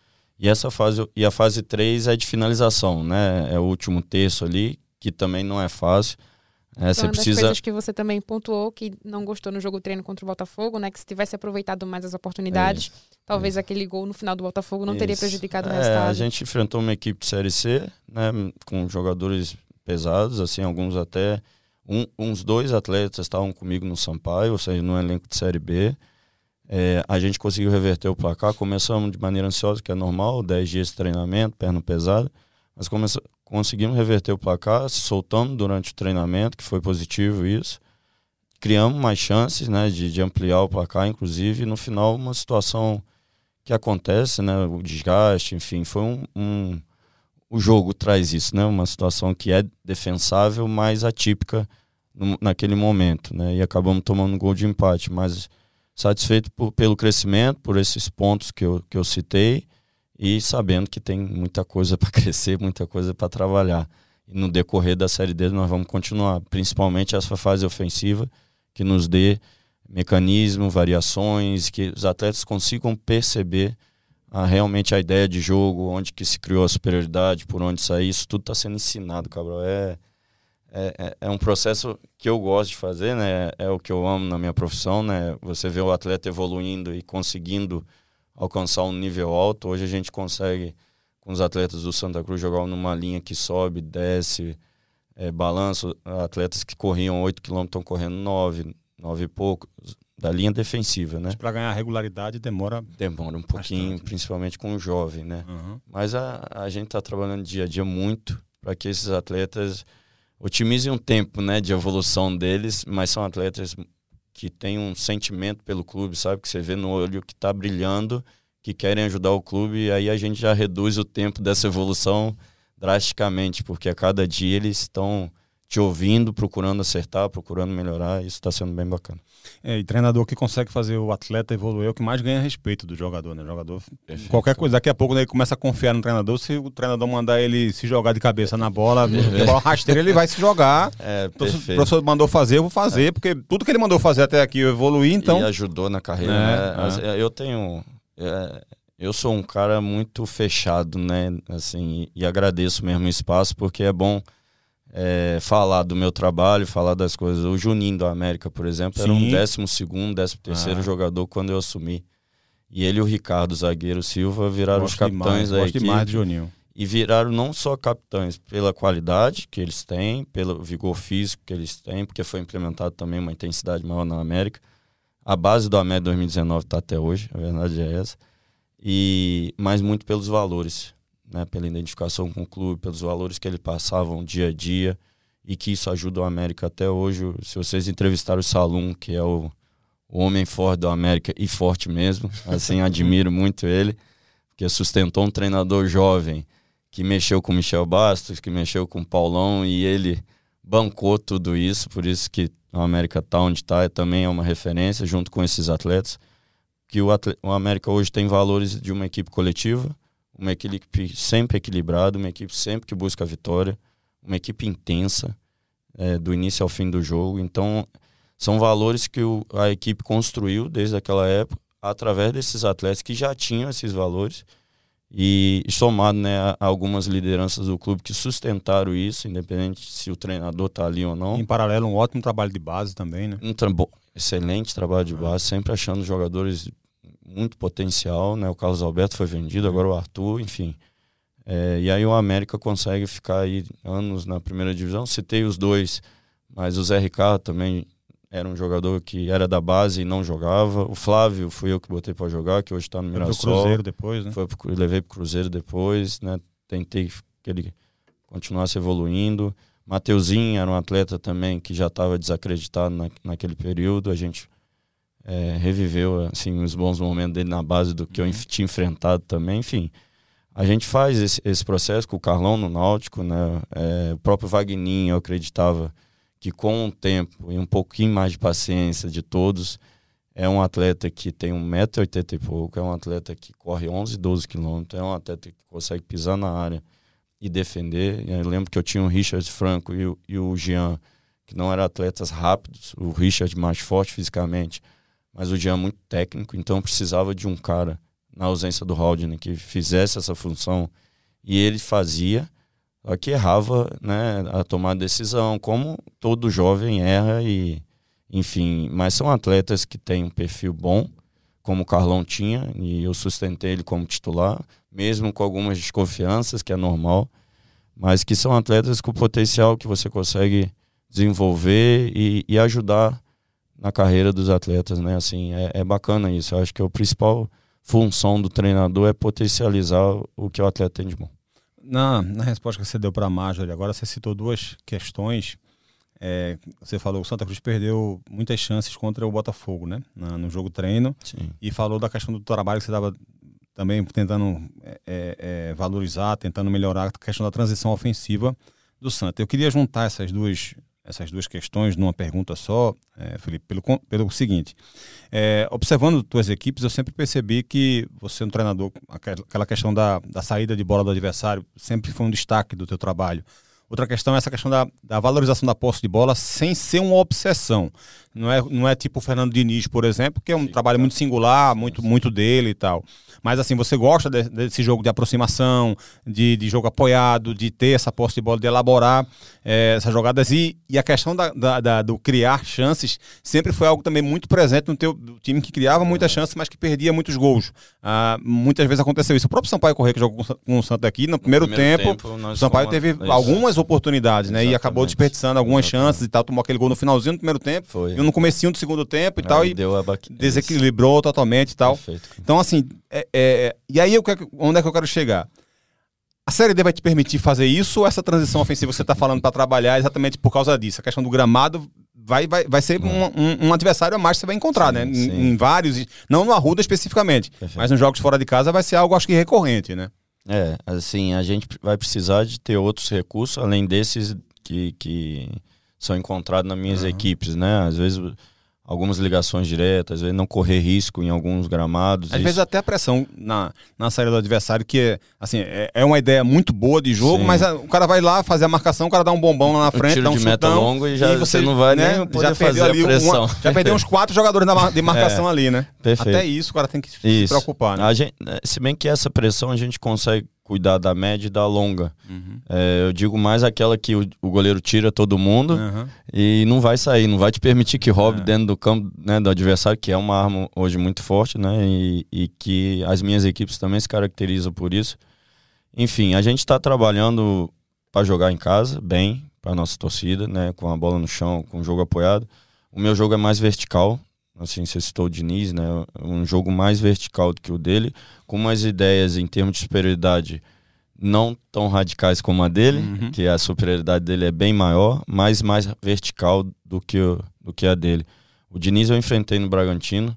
E, essa fase, e a fase três é de finalização, né? É o último terço ali, que também não é fácil. É, Uma você das precisa... coisas que você também pontuou, que não gostou no jogo treino contra o Botafogo, né? Que se tivesse aproveitado mais as oportunidades, Isso, talvez isso. aquele gol no final do Botafogo não Isso. teria prejudicado o é, resultado. A gente enfrentou uma equipe de Série C, né? Com jogadores pesados, assim, alguns até... Um, uns dois atletas estavam comigo no Sampaio, ou seja, no elenco de Série B. É, a gente conseguiu reverter o placar. Começamos de maneira ansiosa, que é normal, dez dias de treinamento, perna pesada, mas começa, conseguimos reverter o placar, se soltando durante o treinamento, que foi positivo isso. Criamos mais chances, né, de, de ampliar o placar, inclusive, e no final uma situação que acontece, né, o desgaste, enfim, foi um... um o jogo traz isso, né, uma situação que é defensável, mas atípica no, naquele momento, né, e acabamos tomando um gol de empate, mas... satisfeito por, pelo crescimento, por esses pontos que eu, que eu citei e sabendo que tem muita coisa para crescer, muita coisa para trabalhar. E no decorrer da Série D nós vamos continuar, principalmente essa fase ofensiva, que nos dê mecanismo, variações, que os atletas consigam perceber a, realmente a ideia de jogo, onde que se criou a superioridade, por onde sair. Isso tudo está sendo ensinado, Cabral. É... É, é um processo que eu gosto de fazer, né? É o que eu amo na minha profissão, né? Você vê o atleta evoluindo e conseguindo alcançar um nível alto. Hoje a gente consegue, com os atletas do Santa Cruz, jogar numa linha que sobe, desce, é, balança. Atletas que corriam oito quilômetros estão correndo nove, nove e pouco, da linha defensiva, né? Para ganhar regularidade demora... Demora um pouquinho, bastante, principalmente com o jovem, né? Uhum. Mas a, a gente está trabalhando dia a dia muito para que esses atletas... otimizem um tempo, né, de evolução deles, mas são atletas que têm um sentimento pelo clube, sabe? Que você vê no olho que está brilhando, que querem ajudar o clube, e aí a gente já reduz o tempo dessa evolução drasticamente, porque a cada dia eles estão te ouvindo, procurando acertar, procurando melhorar, isso está sendo bem bacana. É, e treinador que consegue fazer o atleta evoluir é o que mais ganha respeito do jogador, né? O jogador, Perfeito. Qualquer coisa, daqui a pouco, né, ele começa a confiar no treinador. Se o treinador mandar ele se jogar de cabeça na bola, a bola rasteira, ele vai se jogar. É, o professor, perfeito. o professor mandou fazer, eu vou fazer, é. porque tudo que ele mandou fazer até aqui eu evoluí, então... E ajudou na carreira, é, né? É. Eu tenho... É, eu sou um cara muito fechado, né? Assim, e, e agradeço mesmo o espaço, porque é bom... É, falar do meu trabalho, falar das coisas. O Juninho do América, por exemplo, Sim. era um décimo segundo, décimo terceiro ah. jogador quando eu assumi. E ele e o Ricardo, zagueiro Silva, viraram gosto os capitães demais, da gosto equipe. Demais do Juninho. E viraram não só capitães pela qualidade que eles têm, pelo vigor físico que eles têm, porque foi implementado também uma intensidade maior na América. A base do América dois mil e dezenove está até hoje, a verdade é essa. E, mas muito pelos valores. Né, pela identificação com o clube, pelos valores que ele passavam dia a dia e que isso ajuda o América até hoje. Se vocês entrevistaram o Salum, que é o, o homem forte do América e forte mesmo, assim, admiro muito ele, porque sustentou um treinador jovem que mexeu com o Michel Bastos, que mexeu com o Paulão e ele bancou tudo isso, por isso que o América está onde está, também é uma referência junto com esses atletas, que o, atleta, o América hoje tem valores de uma equipe coletiva, uma equipe sempre equilibrada, uma equipe sempre que busca a vitória, uma equipe intensa, é, do início ao fim do jogo. Então, são valores que o, a equipe construiu desde aquela época, através desses atletas que já tinham esses valores, e somado, né, a, a algumas lideranças do clube que sustentaram isso, independente se o treinador está ali ou não. Em paralelo, um ótimo trabalho de base também, né? Um tra- excelente trabalho de base, sempre achando jogadores... muito potencial, né? O Carlos Alberto foi vendido, agora o Arthur, enfim. É, e aí o América consegue ficar aí anos na primeira divisão. Citei os dois, mas o Zé Ricardo também era um jogador que era da base e não jogava. O Flávio fui eu que botei para jogar, que hoje está no Mirassol. Foi pro Cruzeiro depois, né? Foi pro, levei pro Cruzeiro depois, né? Tentei que ele continuasse evoluindo. Mateuzinho era um atleta também que já estava desacreditado na, naquele período. A gente É, reviveu assim, os bons momentos dele na base do que eu inf- tinha enfrentado também. Enfim, a gente faz esse, esse processo com o Carlão no Náutico, né? É, o próprio Vagninho, eu acreditava que com o tempo e um pouquinho mais de paciência de todos, é um atleta que tem um metro e oitenta e pouco, é um atleta que corre onze, doze quilômetros, é um atleta que consegue pisar na área e defender. Eu lembro que eu tinha o Richard Franco e o, e o Jean, que não eram atletas rápidos, o Richard mais forte fisicamente, mas o Jean muito técnico, então precisava de um cara na ausência do Haldner, que fizesse essa função, e ele fazia, só que errava, né, a tomar decisão, como todo jovem erra, e enfim, mas são atletas que têm um perfil bom, como o Carlão tinha, e eu sustentei ele como titular, mesmo com algumas desconfianças, que é normal, mas que são atletas com potencial que você consegue desenvolver e, e ajudar na carreira dos atletas, né? Assim, é, é bacana isso. Eu acho que a principal função do treinador é potencializar o que o atleta tem de bom. Na, na resposta que você deu para a Marjorie, agora você citou duas questões. É, você falou que o Santa Cruz perdeu muitas chances contra o Botafogo, né? Na, no jogo treino. Sim. E falou da questão do trabalho que você estava também tentando é, é, valorizar, tentando melhorar a questão da transição ofensiva do Santa. Eu queria juntar essas duas, essas duas questões numa pergunta só, é, Felipe, pelo, pelo seguinte. É, observando tuas equipes, eu sempre percebi que você é um treinador, aquela questão da, da saída de bola do adversário sempre foi um destaque do teu trabalho. Outra questão é essa questão da, da valorização da posse de bola sem ser uma obsessão. Não é, não é tipo o Fernando Diniz, por exemplo, que é um Sim, trabalho muito singular, muito, muito dele e tal. Mas assim, você gosta de, desse jogo de aproximação, de, de jogo apoiado, de ter essa posse de bola, de elaborar é, essas jogadas. E, e a questão da, da, da, do criar chances sempre foi algo também muito presente no teu time, que criava muitas chances, mas que perdia muitos gols. Ah, muitas vezes aconteceu isso. O próprio Sampaio Corrêa, que jogou com o Santa aqui, no primeiro, no primeiro tempo, tempo o Sampaio teve isso. algumas oportunidades, né? Exatamente. E acabou desperdiçando algumas Exatamente. chances e tal. Tomou aquele gol no finalzinho do primeiro tempo. Foi. E no comecinho do segundo tempo e aí tal. E deu a baque... desequilibrou totalmente e tal. Perfeito. Então, assim, é, é, e aí eu quero, onde é que eu quero chegar? A Série D vai te permitir fazer isso, ou essa transição ofensiva que você está falando para trabalhar exatamente por causa disso? A questão do gramado vai, vai, vai ser um, um, um adversário a mais que você vai encontrar, sim, né? Sim. Em, em vários, não no Arruda especificamente, Perfeito. mas nos jogos fora de casa vai ser algo, acho que, recorrente, né? É, assim, a gente vai precisar de ter outros recursos, além desses que, que são encontrados nas minhas uhum. equipes, né? Às vezes algumas ligações diretas, às vezes não correr risco em alguns gramados. Às isso. vezes até a pressão na, na saída do adversário, que é, assim, é, é uma ideia muito boa de jogo, Sim. mas a, o cara vai lá fazer a marcação, o cara dá um bombão lá na frente, tiro dá um de chutão, meta longo e já e você não vai né, nem poder já fazer ali a pressão. Uma, já perdeu uns quatro jogadores de marcação é, ali, né? Perfeito. Até isso o cara tem que isso. se preocupar, né? A gente, se bem que essa pressão a gente consegue cuidar da média e da longa. Uhum. É, eu digo mais aquela que o, o goleiro tira todo mundo uhum. e não vai sair, não vai te permitir que roube é. dentro do campo, né, do adversário, que é uma arma hoje muito forte, né, e, e que as minhas equipes também se caracterizam por isso. Enfim, a gente está trabalhando para jogar em casa, bem, para nossa torcida, né, com a bola no chão, com o jogo apoiado. O meu jogo é mais vertical, assim, você citou o Diniz, né, um jogo mais vertical do que o dele, com umas ideias em termos de superioridade não tão radicais como a dele, uhum. que a superioridade dele é bem maior, mas mais vertical do que, do que a dele. O Diniz eu enfrentei no Bragantino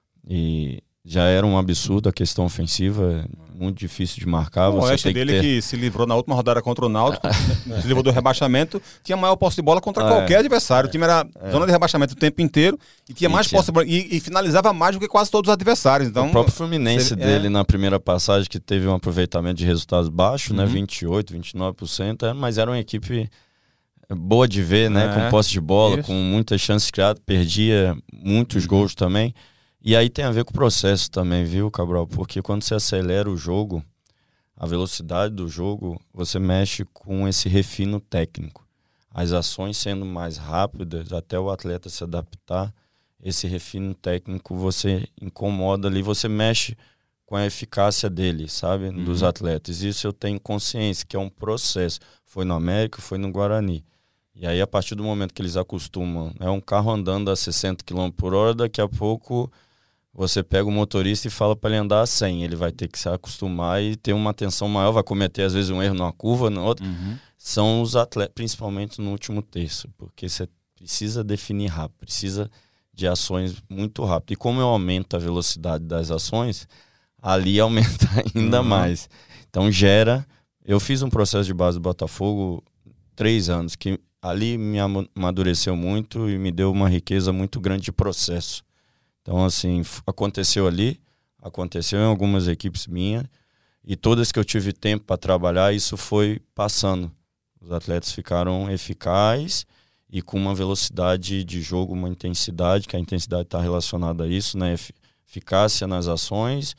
e já era um absurdo a questão ofensiva, muito difícil de marcar. O Oeste dele que, ter... que se livrou na última rodada contra o Náutico, se livrou do rebaixamento, tinha maior posse de bola contra ah, qualquer é. adversário. É. O time era é. zona de rebaixamento o tempo inteiro e tinha e mais tinha. posse de bola e, e finalizava mais do que quase todos os adversários. Então, o próprio Fluminense você, dele é... na primeira passagem, que teve um aproveitamento de resultados baixo, uhum. né, vinte e oito, vinte e nove por cento, mas era uma equipe boa de ver, né, é. com posse de bola, Isso. com muitas chances criadas, perdia muitos uhum. gols também. E aí tem a ver com o processo também, viu, Cabral? Porque quando você acelera o jogo, a velocidade do jogo, você mexe com esse refino técnico. As ações sendo mais rápidas, até o atleta se adaptar, esse refino técnico você incomoda ali, você mexe com a eficácia dele, sabe? Uhum. Dos atletas. Isso eu tenho consciência, que é um processo. Foi no América, foi no Guarani. E aí, a partir do momento que eles acostumam, é um carro andando a sessenta quilômetros por hora, daqui a pouco você pega o motorista e fala para ele andar a cem. Ele vai ter que se acostumar e ter uma atenção maior, vai cometer às vezes um erro numa curva, na outra. Uhum. São os atletas, principalmente no último terço, porque você precisa definir rápido, precisa de ações muito rápido. E como eu aumento a velocidade das ações, ali aumenta ainda uhum. mais. Então gera... Eu fiz um processo de base do Botafogo três anos, que ali me amadureceu muito e me deu uma riqueza muito grande de processo. Então, assim, aconteceu ali, aconteceu em algumas equipes minhas, e todas que eu tive tempo para trabalhar, isso foi passando. Os atletas ficaram eficazes e com uma velocidade de jogo, uma intensidade, que a intensidade está relacionada a isso, né? Eficácia nas ações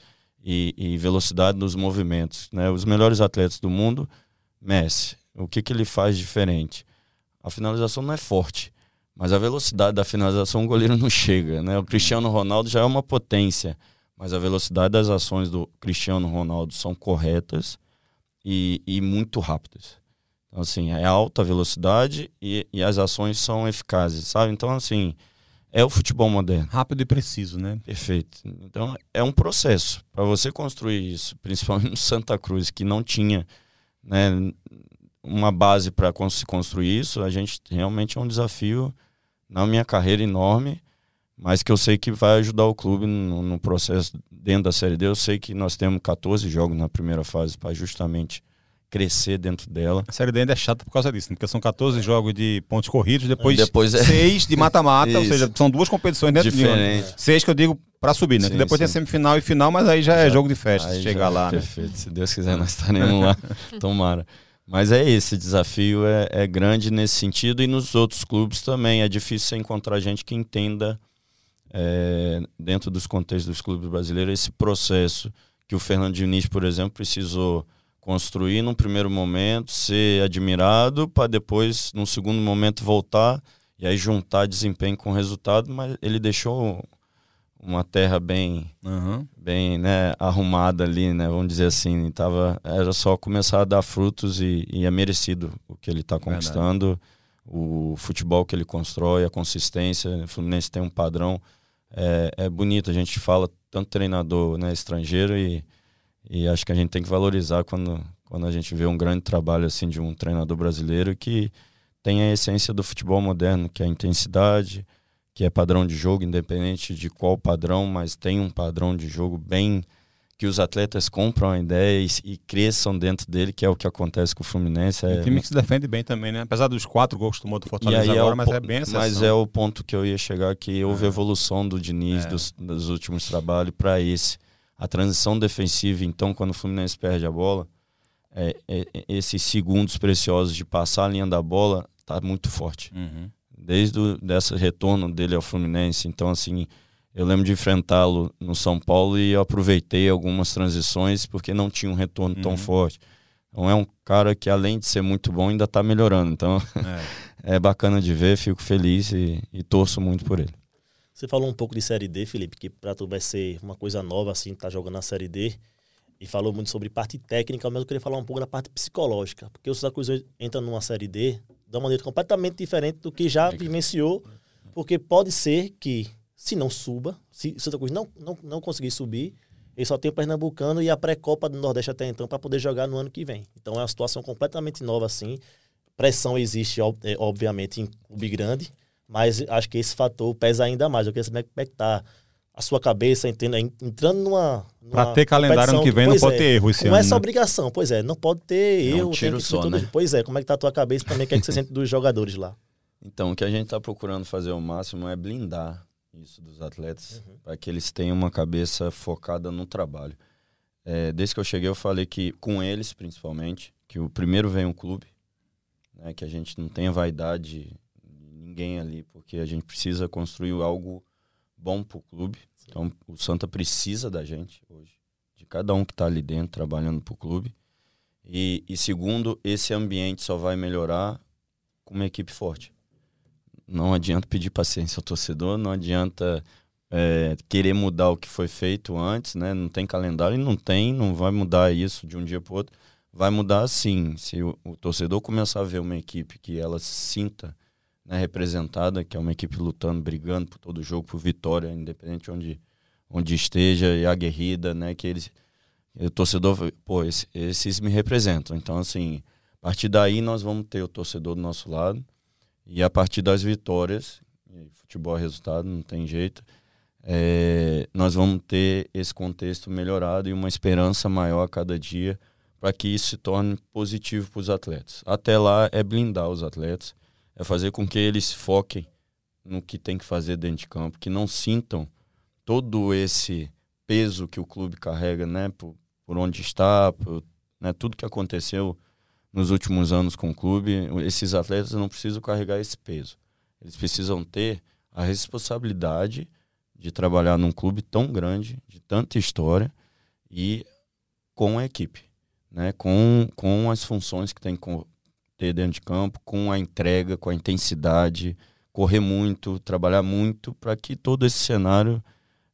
e, e velocidade nos movimentos, né? Os melhores atletas do mundo, Messi, o que, que ele faz diferente? A finalização não é forte, mas a velocidade da finalização o goleiro não chega, né? O Cristiano Ronaldo já é uma potência, mas a velocidade das ações do Cristiano Ronaldo são corretas e, e muito rápidas. Então, assim, é alta velocidade e, e as ações são eficazes, sabe? Então, assim, é o futebol moderno. Rápido e preciso, né? Perfeito. Então, é um processo. Para você construir isso, principalmente no Santa Cruz, que não tinha, né, uma base para se construir isso, a gente realmente é um desafio na minha carreira enorme, mas que eu sei que vai ajudar o clube no, no processo dentro da Série D. Eu sei que nós temos catorze jogos na primeira fase para justamente crescer dentro dela. A Série D ainda é chata por causa disso, né? Porque são catorze jogos de pontos corridos, depois, depois é... seis de mata-mata, ou seja, são duas competições dentro diferente. de uma. Seis que eu digo para subir, né? Sim, que depois sim. tem semifinal e final, mas aí já, já é jogo de festa, aí se chegar lá, né? Perfeito, se Deus quiser nós estaremos lá, tomara. Mas é esse desafio, é, é grande nesse sentido, e nos outros clubes também é difícil você encontrar gente que entenda é, dentro dos contextos dos clubes brasileiros esse processo que o Fernando Diniz, por exemplo, precisou construir num primeiro momento, ser admirado, para depois, num segundo momento, voltar e aí juntar desempenho com resultado, mas ele deixou uma terra bem, uhum. bem, né, arrumada ali, né, vamos dizer assim, tava, era só começar a dar frutos e, e é merecido o que ele está conquistando, verdade. O futebol que ele constrói, a consistência, o Fluminense tem um padrão, é, é bonito, a gente fala tanto treinador, né, estrangeiro e E acho que a gente tem que valorizar quando, quando a gente vê um grande trabalho assim de um treinador brasileiro que tem a essência do futebol moderno, que é a intensidade, que é padrão de jogo, independente de qual padrão, mas tem um padrão de jogo bem que os atletas compram a ideia e, e cresçam dentro dele, que é o que acontece com o Fluminense. É um time que se defende bem também, né? Apesar dos quatro gols que tomou do Fortaleza agora, é o, mas é bem exceção. Mas é o ponto que eu ia chegar, que houve é. evolução do Diniz, é. dos, dos últimos trabalhos para esse. A transição defensiva, então, quando o Fluminense perde a bola, é, é, esses segundos preciosos de passar a linha da bola tá muito forte. Uhum. Desde o desse retorno dele ao Fluminense. Então, assim, eu lembro de enfrentá-lo no São Paulo e eu aproveitei algumas transições porque não tinha um retorno uhum. tão forte. Então, é um cara que, além de ser muito bom, ainda está melhorando. Então, é. é bacana de ver, fico feliz e, e torço muito por ele. Você falou um pouco de Série D, Felipe, que para tu vai ser uma coisa nova, assim, tá jogando na Série D, e falou muito sobre parte técnica, mas eu queria falar um pouco da parte psicológica, porque o Santa Cruz entra numa Série D de uma maneira completamente diferente do que já vivenciou, porque pode ser que, se não suba, se o Santa Cruz não, não, não conseguir subir, ele só tem o Pernambucano e a pré-copa do Nordeste até então para poder jogar no ano que vem. Então é uma situação completamente nova, assim. Pressão existe, obviamente, em clube grande, mas acho que esse fator pesa ainda mais. Eu queria saber como é que tá a sua cabeça, entendo, entrando numa... numa para ter calendário ano que vem, não pode é, ter erro esse com ano. Com essa né? obrigação, pois é, não pode ter não, erro. Um tiro tem que só, tudo, né? Pois é, como é que tá a tua cabeça também, o que é que você sente dos jogadores lá? Então, o que a gente está procurando fazer ao máximo é blindar isso dos atletas, uhum. para que eles tenham uma cabeça focada no trabalho. É, desde que eu cheguei, eu falei que, com eles principalmente, que o primeiro vem um clube, né, que a gente não tenha vaidade ninguém ali, porque a gente precisa construir algo bom para o clube. Sim. Então, o Santa precisa da gente hoje, de cada um que está ali dentro, trabalhando para o clube. E, e segundo, esse ambiente só vai melhorar com uma equipe forte. Não adianta pedir paciência ao torcedor, não adianta é, querer mudar o que foi feito antes, né? Não tem calendário e não tem, não vai mudar isso de um dia para o outro. Vai mudar sim, se o, o torcedor começar a ver uma equipe que ela se sinta, né, representada, que é uma equipe lutando, brigando por todo jogo, por vitória, independente de onde, onde esteja, e aguerrida, né, que eles, o torcedor, pô, esse, esses me representam. Então, assim, a partir daí nós vamos ter o torcedor do nosso lado, e a partir das vitórias, futebol é resultado, não tem jeito, é, nós vamos ter esse contexto melhorado e uma esperança maior a cada dia para que isso se torne positivo para os atletas. Até lá é blindar os atletas, é fazer com que eles foquem no que tem que fazer dentro de campo, que não sintam todo esse peso que o clube carrega, né, por, por onde está, por, né, tudo que aconteceu nos últimos anos com o clube. Esses atletas não precisam carregar esse peso. Eles precisam ter a responsabilidade de trabalhar num clube tão grande, de tanta história, e com a equipe, né? com, com as funções que tem que ter dentro de campo, com a entrega, com a intensidade, correr muito, trabalhar muito para que todo esse cenário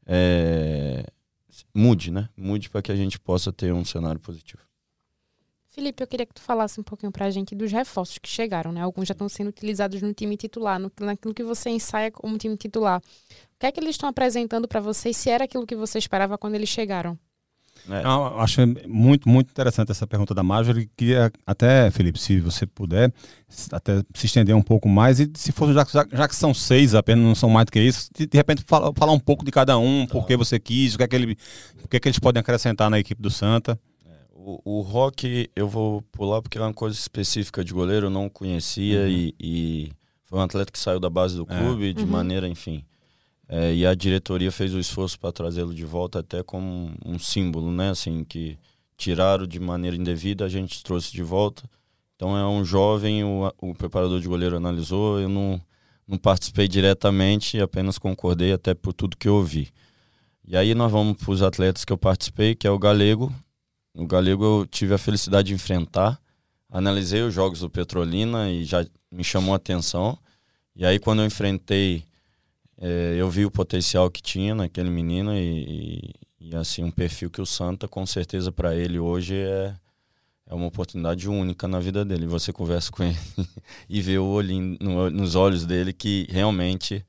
é, mude, né? Mude para que a gente possa ter um cenário positivo. Felipe, eu queria que tu falasse um pouquinho pra gente dos reforços que chegaram, né? Alguns já estão sendo utilizados no time titular, no, naquilo que você ensaia como time titular. O que é que eles estão apresentando para vocês, se era aquilo que você esperava quando eles chegaram? É. Eu acho muito, muito interessante essa pergunta da Marjorie. Queria até, Felipe, se você puder, até se estender um pouco mais e se for, já, já que são seis apenas, não são mais do que isso, de, de repente fala, falar um pouco de cada um, por que você quis, o que é que, ele, o que é que eles podem acrescentar na equipe do Santa. O, o Roque eu vou pular porque é uma coisa específica de goleiro, eu não conhecia uhum. e, e foi um atleta que saiu da base do clube, é. de uhum. maneira, enfim. É, e a diretoria fez o esforço para trazê-lo de volta até como um, um símbolo, né? Assim, que tiraram de maneira indevida, a gente trouxe de volta. Então é um jovem, o, o preparador de goleiro analisou, eu não, não participei diretamente, apenas concordei até por tudo que eu ouvi. E aí nós vamos para os atletas que eu participei, que é o Galego. O Galego eu tive a felicidade de enfrentar, analisei os jogos do Petrolina e já me chamou a atenção. E aí quando eu enfrentei, é, eu vi o potencial que tinha naquele menino e, e, e assim, um perfil que o Santa, com certeza para ele hoje é, é uma oportunidade única na vida dele. Você conversa com ele e vê o olhinho no, nos olhos dele que realmente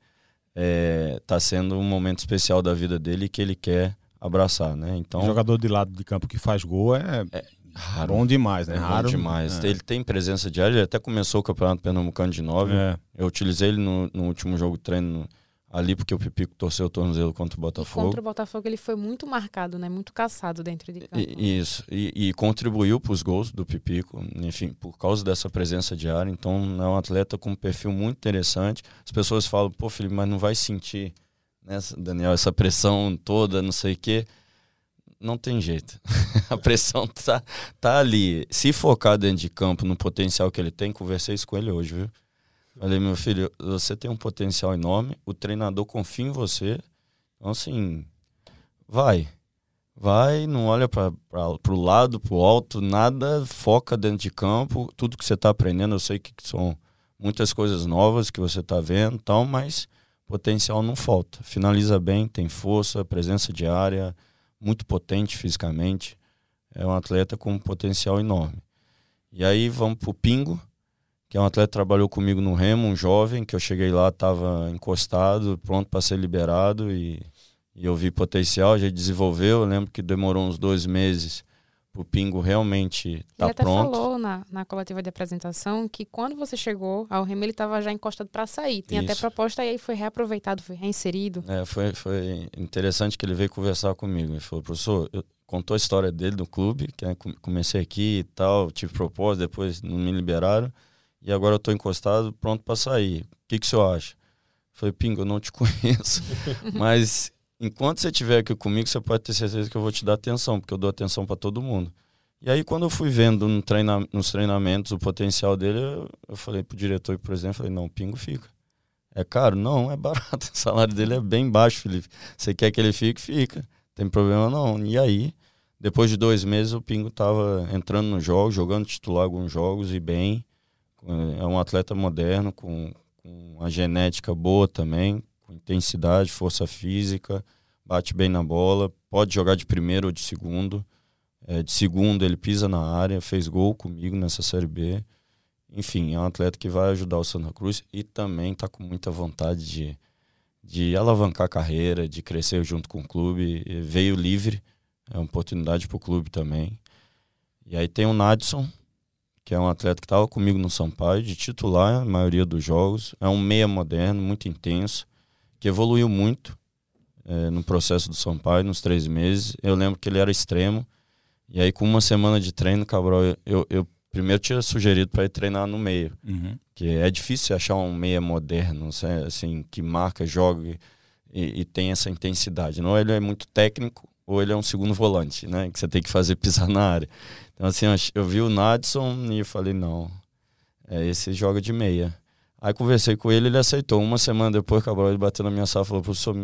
está é, sendo um momento especial da vida dele que ele quer abraçar, né? Então, o jogador de lado de campo que faz gol é, é raro, bom demais, né? É raro bom demais. É. Ele tem presença diária, ele até começou o Campeonato Pernambucano de nove. É. Eu utilizei ele no, no último jogo de treino ali porque o Pipico torceu o tornozelo contra o Botafogo. E contra o Botafogo ele foi muito marcado, né? Muito caçado dentro de campo. E, isso. E, e contribuiu para os gols do Pipico, enfim, por causa dessa presença diária. Então é um atleta com um perfil muito interessante. As pessoas falam, pô, Felipe, mas não vai sentir, né, Daniel, essa pressão toda, não sei o quê. Não tem jeito. A pressão tá, tá ali. Se focar dentro de campo no potencial que ele tem, conversei isso com ele hoje, viu? Falei, meu filho, você tem um potencial enorme, o treinador confia em você. Então, assim, vai. Vai, não olha para o lado, para o alto, nada, foca dentro de campo. Tudo que você está aprendendo, eu sei que são muitas coisas novas que você está vendo, tal, mas potencial não falta. Finaliza bem, tem força, presença de área, muito potente fisicamente. É um atleta com um potencial enorme. E aí vamos para o Pingo, que é um atleta que trabalhou comigo no Remo, um jovem, que eu cheguei lá, estava encostado, pronto para ser liberado e, e eu vi potencial, já desenvolveu. Eu lembro que demorou uns dois meses para o Pingo realmente estar tá pronto. Ele até falou na, na coletiva de apresentação que quando você chegou ao Remo, ele estava já encostado para sair. Tinha Isso. até proposta e aí foi reaproveitado, foi reinserido. É, foi, foi interessante que ele veio conversar comigo. Ele falou, professor, eu, contou a história dele no clube, que né, comecei aqui e tal, tive propósito, depois não me liberaram. E agora eu estou encostado, pronto para sair. O que, que o senhor acha? Eu falei, Pingo, eu não te conheço. Mas enquanto você estiver aqui comigo, você pode ter certeza que eu vou te dar atenção, porque eu dou atenção para todo mundo. E aí, quando eu fui vendo no treina, nos treinamentos o potencial dele, eu, eu falei pro diretor e pro presidente, falei, não, o Pingo fica. É caro? Não, é barato. O salário dele é bem baixo, Felipe. Você quer que ele fique? Fica. Não tem problema não. E aí, depois de dois meses, o Pingo estava entrando nos jogos, jogando titular alguns jogos e bem. É um atleta moderno, com, com uma genética boa também, com intensidade, força física, bate bem na bola, pode jogar de primeiro ou de segundo. É, de segundo ele pisa na área, fez gol comigo nessa Série B. Enfim, é um atleta que vai ajudar o Santa Cruz e também está com muita vontade de, de alavancar a carreira, de crescer junto com o clube. E veio livre, é uma oportunidade para o clube também. E aí tem o Nadson, que é um atleta que estava comigo no Sampaio, de titular, a maioria dos jogos. É um meia moderno, muito intenso, que evoluiu muito é, no processo do Sampaio, nos três meses. Eu lembro que ele era extremo, e aí com uma semana de treino, Cabral, eu, eu primeiro tinha sugerido para ele treinar no meio, uhum. que é difícil achar um meia moderno, assim, que marca, joga e, e tem essa intensidade. Não, ele é muito técnico, ou ele é um segundo volante, né, que você tem que fazer pisar na área. Então, assim, eu vi o Nadson e eu falei, não, é, esse joga de meia. Aí conversei com ele, ele aceitou. Uma semana depois, Cabral, ele bateu na minha sala e falou, professor, me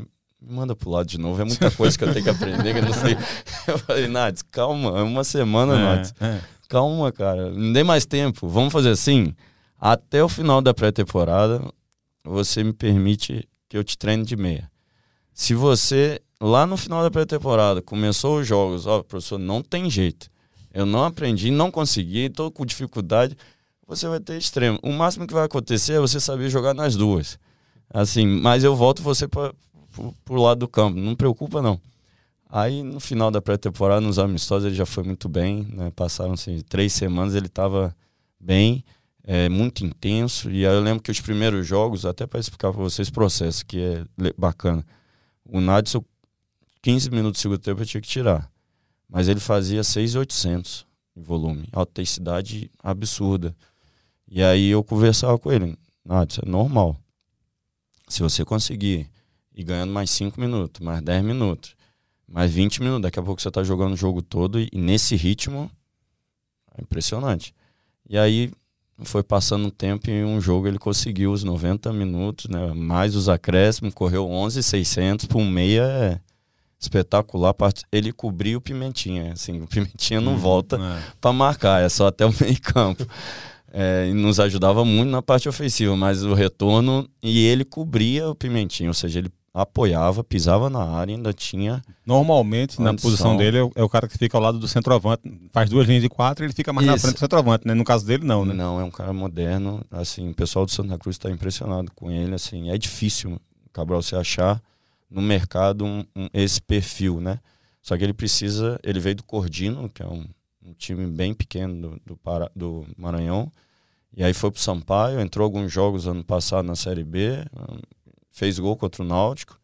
me manda pro lado de novo, é muita coisa que eu tenho que aprender, que eu não sei. Eu falei, Nades, calma, é uma semana, é, Nades. É. Calma, cara, não dê mais tempo, vamos fazer assim, até o final da pré-temporada, você me permite que eu te treine de meia. Se você, lá no final da pré-temporada, começou os jogos, ó, professor, não tem jeito, eu não aprendi, não consegui, estou com dificuldade, você vai ter extremo. O máximo que vai acontecer é você saber jogar nas duas. Assim, mas eu volto você para o lado do campo, não preocupa não. Aí no final da pré-temporada, nos amistosos, ele já foi muito bem, né? Passaram-se três semanas, ele estava bem, é, muito intenso. E aí eu lembro que os primeiros jogos, até para explicar para vocês o processo, que é bacana. O Nadson, quinze minutos do segundo tempo eu tinha que tirar. Mas ele fazia seis mil e oitocentos em volume, autenticidade absurda. E aí eu conversava com ele, Nadson, é normal. Se você conseguir ir ganhando mais cinco minutos, mais dez minutos, mais vinte minutos, daqui a pouco você está jogando o jogo todo e, e nesse ritmo é impressionante. E aí foi passando um tempo e em um jogo ele conseguiu os noventa minutos, né, mais os acréscimos, correu onze mil e seiscentos por um meia, é espetacular. Ele cobriu o Pimentinha, assim, o Pimentinha não hum, volta é. para marcar, é só até o meio campo. É, e nos ajudava muito na parte ofensiva, mas o retorno, e ele cobria o Pimentinho, ou seja, ele apoiava, pisava na área, ainda tinha... Normalmente, na posição dele, é o cara que fica ao lado do centroavante, faz duas linhas de quatro e ele fica mais Isso. na frente do centroavante, né? No caso dele, não, né? Não, é um cara moderno, assim, o pessoal do Santa Cruz está impressionado com ele, assim, é difícil, Cabral, você achar no mercado um, um, esse perfil, né? Só que ele precisa, ele veio do Cordino, que é um, um time bem pequeno do, do, Pará, do Maranhão, e aí foi pro Sampaio, entrou alguns jogos ano passado na Série B, fez gol contra o Náutico,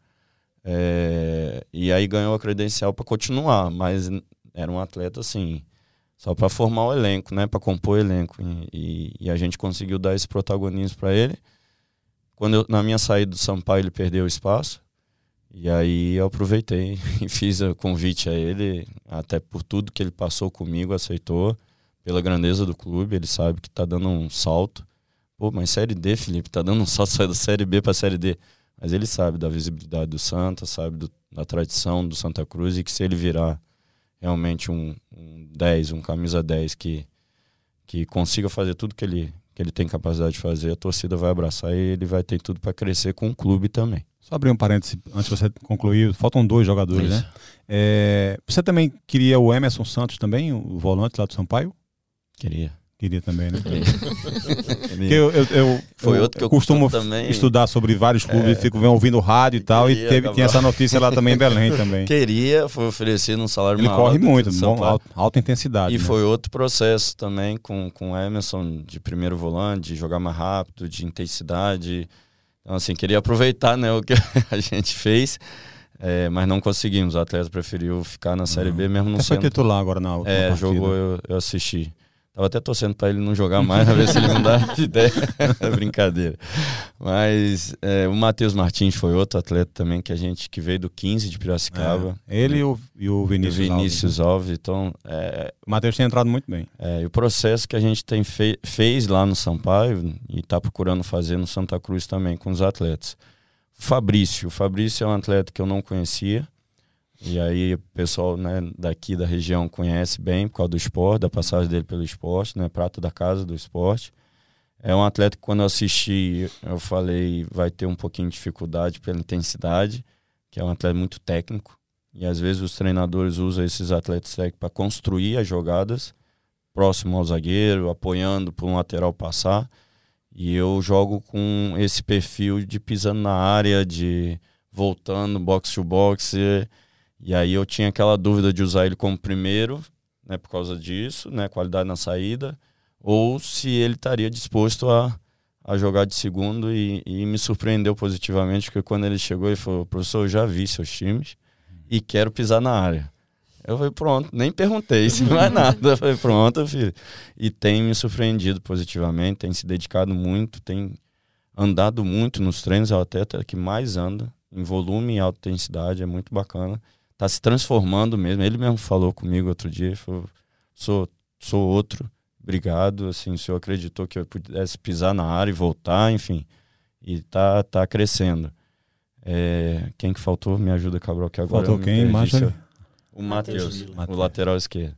é, e aí ganhou a credencial para continuar, mas era um atleta assim, só para formar o elenco, né, para compor o elenco, e, e, e a gente conseguiu dar esse protagonismo para ele. Quando eu, na minha saída do Sampaio ele perdeu o espaço, e aí eu aproveitei e fiz o convite a ele, até por tudo que ele passou comigo, aceitou, pela grandeza do clube, ele sabe que tá dando um salto. Pô, mas Série D, Felipe, tá dando um salto, sai da Série B pra Série D. Mas ele sabe da visibilidade do Santa, sabe do, da tradição do Santa Cruz, e que se ele virar realmente um, um dez, um camisa dez que, que consiga fazer tudo que ele, que ele tem capacidade de fazer, a torcida vai abraçar e ele vai ter tudo para crescer com o clube também. Só abrir um parêntese antes de você concluir, faltam dois jogadores, Isso. né? É, você também queria o Emerson Santos também, o volante lá do Sampaio? Queria. Queria também, né? Porque eu, eu, eu, Foi eu, outro que eu costumo também... estudar sobre vários clubes, é, fico ouvindo rádio e tal, e teve, tinha essa notícia lá também em Belém também. Queria, foi oferecido um salário Ele maior. Ele corre muito, bom, alta, alta intensidade. E né? foi outro processo também com, com o Emerson, de primeiro volante, de jogar mais rápido, de intensidade. Então, assim, queria aproveitar, né, o que a gente fez, é, mas não conseguimos. O atleta preferiu ficar na Série B, mesmo não Até sendo... foi titular agora na última É, partida. jogou, eu, eu assisti. Tava até torcendo para ele não jogar mais, pra ver se ele mudar de ideia. É brincadeira. Mas é, o Matheus Martins foi outro atleta também que a gente que veio do quinze de Piracicaba. É, ele e o, e o Vinícius, o Vinícius Alves. Alves. Então, é, o Matheus tem entrado muito bem. É, e o processo que a gente tem fe fez lá no Sampaio e está procurando fazer no Santa Cruz também com os atletas. O Fabrício. O Fabrício é um atleta que eu não conhecia. E aí o pessoal, né, daqui da região conhece bem por causa do esporte, da passagem dele pelo esporte, né, prata da casa do esporte. É um atleta que quando eu assisti, eu falei, vai ter um pouquinho de dificuldade pela intensidade, que é um atleta muito técnico. E às vezes os treinadores usam esses atletas técnicos para construir as jogadas próximo ao zagueiro, apoiando para um lateral passar. E eu jogo com esse perfil de pisando na área, de voltando box to box. E, e aí eu tinha aquela dúvida de usar ele como primeiro, né, por causa disso, né, qualidade na saída, ou se ele estaria disposto a, a jogar de segundo, e, e me surpreendeu positivamente, porque quando ele chegou ele falou, professor, eu já vi seus times e quero pisar na área. Eu falei, pronto, nem perguntei se não é nada. Eu falei, pronto, filho. E tem me surpreendido positivamente, tem se dedicado muito, tem andado muito nos treinos, é o atleta que mais anda, em volume e alta intensidade, é muito bacana. Tá se transformando mesmo. Ele mesmo falou comigo outro dia, falou, sou, sou outro, obrigado, assim, o senhor acreditou que eu pudesse pisar na área e voltar, enfim, e tá, tá crescendo. É, quem que faltou? Me ajuda, Cabral, que agora Faltou quem? Macho? O Matheus, Matheus. o lateral esquerdo.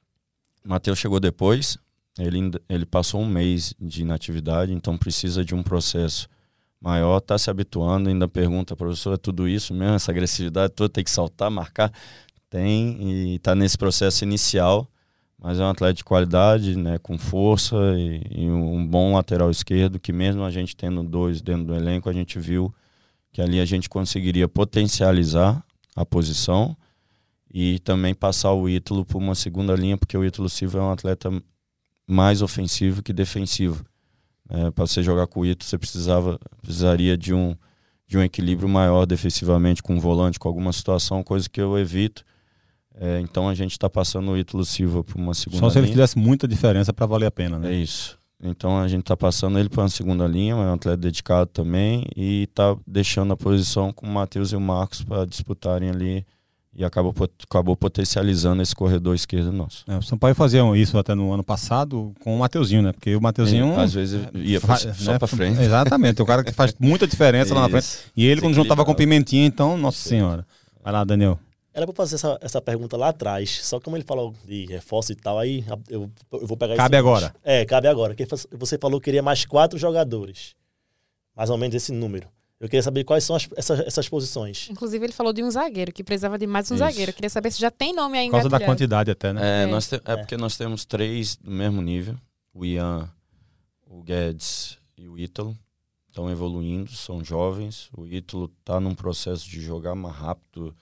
O Matheus chegou depois, ele, ele passou um mês de inatividade, então precisa de um processo maior, está se habituando, ainda pergunta, professor, é tudo isso mesmo, essa agressividade toda, tem que saltar, marcar? Tem, e está nesse processo inicial, mas é um atleta de qualidade, né, com força e, e um bom lateral esquerdo, que mesmo a gente tendo dois dentro do elenco, a gente viu que ali a gente conseguiria potencializar a posição e também passar o Ítalo por uma segunda linha, porque o Ítalo Silva é um atleta mais ofensivo que defensivo. É, para você jogar com o Ítalo, você precisava, precisaria de um, de um equilíbrio maior defensivamente com o volante, com alguma situação, coisa que eu evito. É, então a gente está passando o Ítalo Silva por uma segunda linha. Só se ele fizesse muita diferença para valer a pena, né? É isso. Então a gente está passando ele para uma segunda linha, é um atleta dedicado também, e está deixando a posição com o Matheus e o Marcos para disputarem ali, e acabou, acabou potencializando esse corredor esquerdo nosso. É, o Sampaio fazia isso até no ano passado com o Mateuzinho, né? Porque o Mateuzinho... É, às vezes ia pra, só né? para frente. Exatamente, o cara que faz muita diferença lá na frente. E ele, quando juntava com o Pimentinha, então, nossa senhora. Vai lá, Daniel. Era pra fazer essa, essa pergunta lá atrás, só que como ele falou de reforço e tal, aí eu, eu vou pegar Cabe isso. agora. É, cabe agora. Porque você falou que queria mais quatro jogadores. Mais ou menos esse número. Eu queria saber quais são as, essas, essas posições. Inclusive, ele falou de um zagueiro, que precisava de mais um Isso. zagueiro. Eu queria saber se já tem nome aí Por causa da engatilhado. quantidade até, né? É, É. nós te, é porque nós temos três do mesmo nível. O Ian, o Guedes e o Ítalo. Estão evoluindo, são jovens. O Ítalo está num processo de jogar mais rápido,